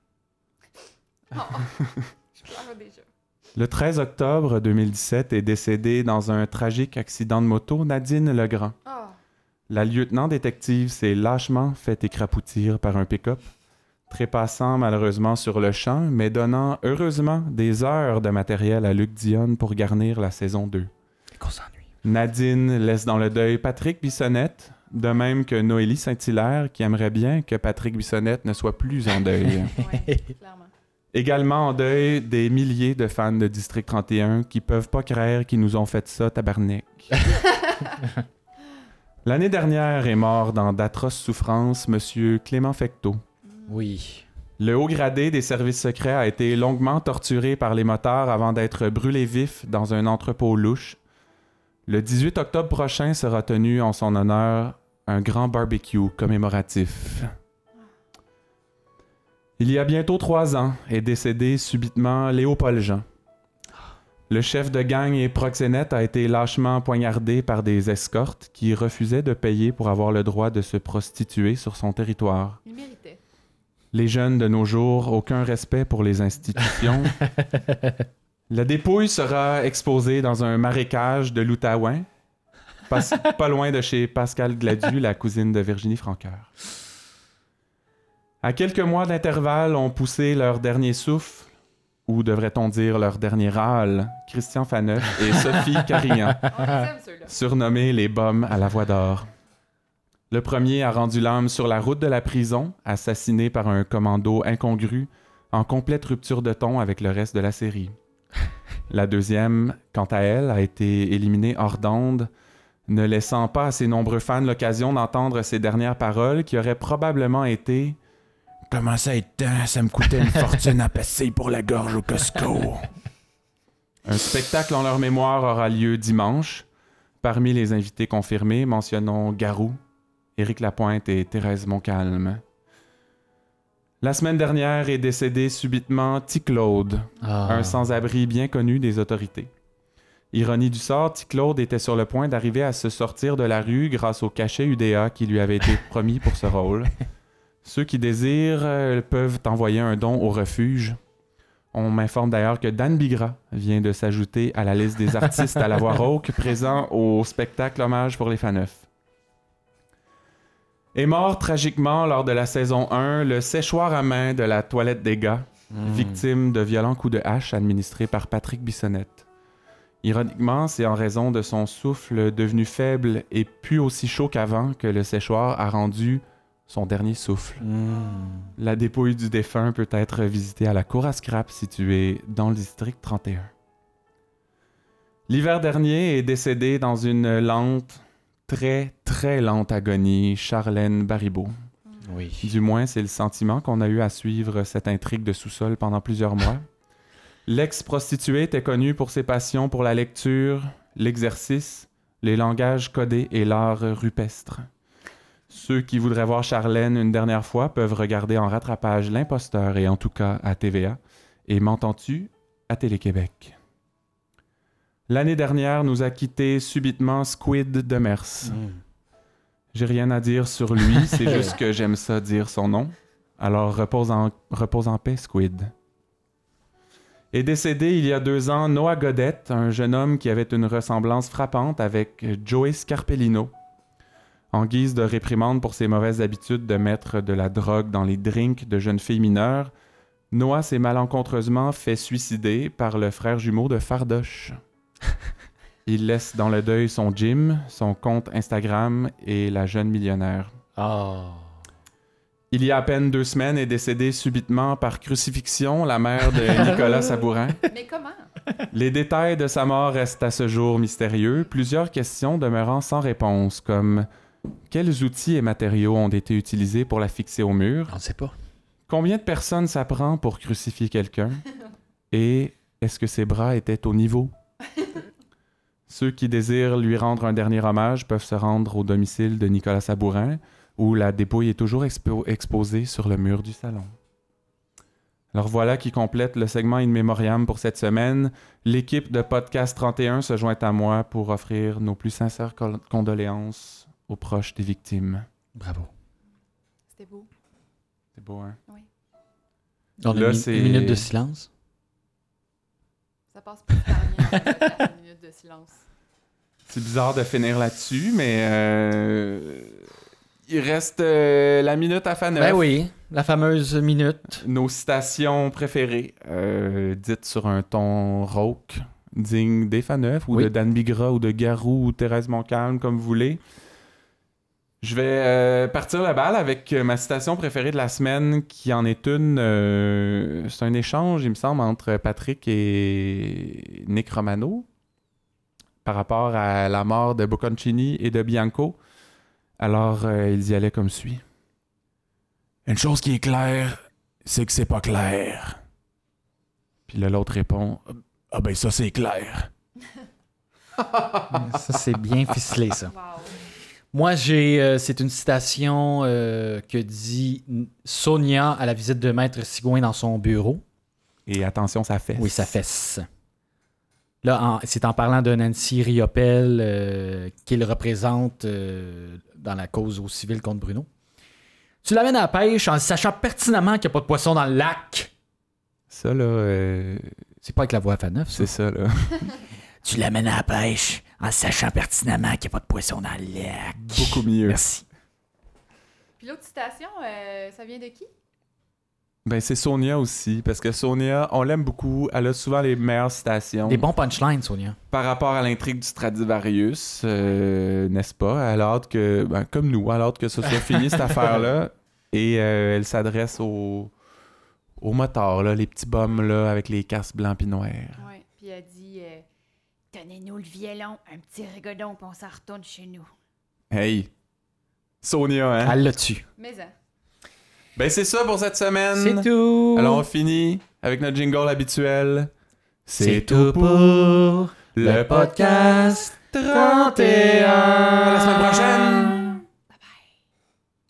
oh. Je pleure déjà. Le treize octobre deux mille dix-sept est décédée dans un tragique accident de moto Nadine Legrand. Ah. La lieutenant détective s'est lâchement fait écrapoutir par un pick-up, trépassant malheureusement sur le champ, mais donnant heureusement des heures de matériel à Luc Dionne pour garnir la saison deux. Et qu'on s'ennuie. Nadine laisse dans le deuil Patrick Bissonnette, de même que Noélie Saint-Hilaire, qui aimerait bien que Patrick Bissonnette ne soit plus en deuil. Ouais, clairement. Également en deuil, des milliers de fans de District trente et un qui peuvent pas croire qu'ils nous ont fait ça, tabarnak. L'année dernière est mort dans d'atroces souffrances Monsieur Clément Fecteau. Oui. Le haut gradé des services secrets a été longuement torturé par les motards avant d'être brûlé vif dans un entrepôt louche. Le dix-huit octobre prochain sera tenu en son honneur un grand barbecue commémoratif. Il y a bientôt trois ans est décédé subitement Léopold Jean. Le chef de gang et proxénète a été lâchement poignardé par des escortes qui refusaient de payer pour avoir le droit de se prostituer sur son territoire. Il méritait. Les jeunes de nos jours, aucun respect pour les institutions. La dépouille sera exposée dans un marécage de l'Outaouais, pas, pas loin de chez Pascal Gladu, la cousine de Virginie Francoeur. À quelques mois d'intervalle ont poussé leur dernier souffle, ou devrait-on dire leur dernier râle, Christian Faneuf et Sophie Carignan, surnommés les Bombes à la voix d'or. Le premier a rendu l'âme sur la route de la prison, assassiné par un commando incongru, en complète rupture de ton avec le reste de la série. La deuxième, quant à elle, a été éliminée hors d'onde, ne laissant pas à ses nombreux fans l'occasion d'entendre ses dernières paroles qui auraient probablement été « Comment ça être temps? Ça me coûtait une fortune à passer pour la gorge au Costco. » Un spectacle en leur mémoire aura lieu dimanche. Parmi les invités confirmés, mentionnons Garou, Éric Lapointe et Thérèse Montcalm. La semaine dernière est décédé subitement T-Claude, Ah. un sans-abri bien connu des autorités. Ironie du sort, T-Claude était sur le point d'arriver à se sortir de la rue grâce au cachet U D A qui lui avait été promis pour ce rôle. Ceux qui désirent euh, peuvent envoyer un don au refuge. On m'informe d'ailleurs que Dan Bigra vient de s'ajouter à la liste des artistes à la voix rauque présents au spectacle Hommage pour les Faneuf. Est mort tragiquement lors de la saison un le séchoir à main de la toilette des gars, Mm. victime de violents coups de hache administrés par Patrick Bissonnette. Ironiquement, c'est en raison de son souffle devenu faible et plus aussi chaud qu'avant que le séchoir a rendu son dernier souffle. Mm. La dépouille du défunt peut être visitée à la cour à scrap située dans le district trente et un. L'hiver dernier est décédé dans une lente, très très lente agonie Charlène Baribeau. Oui. Du moins, c'est le sentiment qu'on a eu à suivre cette intrigue de sous-sol pendant plusieurs mois. L'ex-prostituée était connue pour ses passions pour la lecture, l'exercice, les langages codés et l'art rupestre. Ceux qui voudraient voir Charlène une dernière fois peuvent regarder en rattrapage L'Imposteur et en tout cas à T V A et M'entends-tu à Télé-Québec. L'année dernière nous a quitté subitement Squid Demers. Mm. J'ai rien à dire sur lui, c'est juste que j'aime ça dire son nom. Alors repose en, repose en paix, Squid. Est décédé il y a deux ans Noah Godette, un jeune homme qui avait une ressemblance frappante avec Joey Scarpellino. En guise de réprimande pour ses mauvaises habitudes de mettre de la drogue dans les drinks de jeunes filles mineures, Noah s'est malencontreusement fait suicider par le frère jumeau de Fardoche. Il laisse dans le deuil son gym, son compte Instagram et la jeune millionnaire. Oh. Il y a à peine deux semaines est décédée subitement par crucifixion la mère de Nicolas Sabourin. Mais comment? Les détails de sa mort restent à ce jour mystérieux, plusieurs questions demeurant sans réponse, comme quels outils et matériaux ont été utilisés pour la fixer au mur? On ne sait pas. Combien de personnes ça prend pour crucifier quelqu'un? Et est-ce que ses bras étaient au niveau? Ceux qui désirent lui rendre un dernier hommage peuvent se rendre au domicile de Nicolas Sabourin, où la dépouille est toujours expo- exposée sur le mur du salon. Alors voilà qui complète le segment In Memoriam pour cette semaine. L'équipe de Podcast trente et un se joint à moi pour offrir nos plus sincères col- condoléances aux proches des victimes. Bravo. C'était beau. C'est beau, hein? Oui. On a Là, une, c'est- une minute de silence. Ça passe plus par rien. Une minute de silence. C'est bizarre de finir là-dessus, mais euh, il reste euh, la minute à Faneuf. Ben oui, la fameuse minute. Nos citations préférées, euh, dites sur un ton rauque, digne des Faneuf, ou Oui. de Dan Bigra, ou de Garou, ou Thérèse Montcalm, comme vous voulez. Je vais euh, partir le bal avec euh, ma citation préférée de la semaine, qui en est une. Euh, c'est un échange, il me semble, entre Patrick et Nick Romano par rapport à la mort de Bocconcini et de Bianco. Alors, euh, ils y allaient comme suit. Une chose qui est claire, c'est que c'est pas clair. Puis là, l'autre répond, ah ben ça, c'est clair. Ça, c'est bien ficelé, ça. Wow. Moi, j'ai, euh, c'est une citation euh, que dit Sonia à la visite de Maître Sigouin dans son bureau. Et attention, ça fesse. Oui, ça fesse. Là, en- c'est en parlant de Nancy Riopelle euh, qu'il représente euh, dans la cause au civil contre Bruno. Tu l'amènes à la pêche en sachant pertinemment qu'il n'y a pas de poisson dans le lac. Ça, là, euh, C'est pas avec la voix à Faneuf, ça. c'est ça, là. Tu l'amènes à la pêche en sachant pertinemment qu'il n'y a pas de poisson dans le lac. Beaucoup mieux. Merci. Puis l'autre citation, euh, ça vient de qui? Ben, c'est Sonia aussi, parce que Sonia, on l'aime beaucoup. Elle a souvent les meilleures citations. Des bons punchlines, Sonia. Par rapport à l'intrigue du Stradivarius, euh, n'est-ce pas? Elle a hâte que, ben, comme nous, elle a hâte que ce soit fini, cette affaire-là. Et euh, elle s'adresse aux, aux motards, là, les petits bums là, avec les casques blancs pis noirs. Oui. Puis elle dit euh, Donnez-nous le violon, un petit rigodon, puis on s'en retourne chez nous. Hey! Sonia, hein? Elle l'a tué. Mais ça. Ben, c'est ça pour cette semaine. C'est tout. Alors, on finit avec notre jingle habituel. C'est tout pour le podcast trente et un.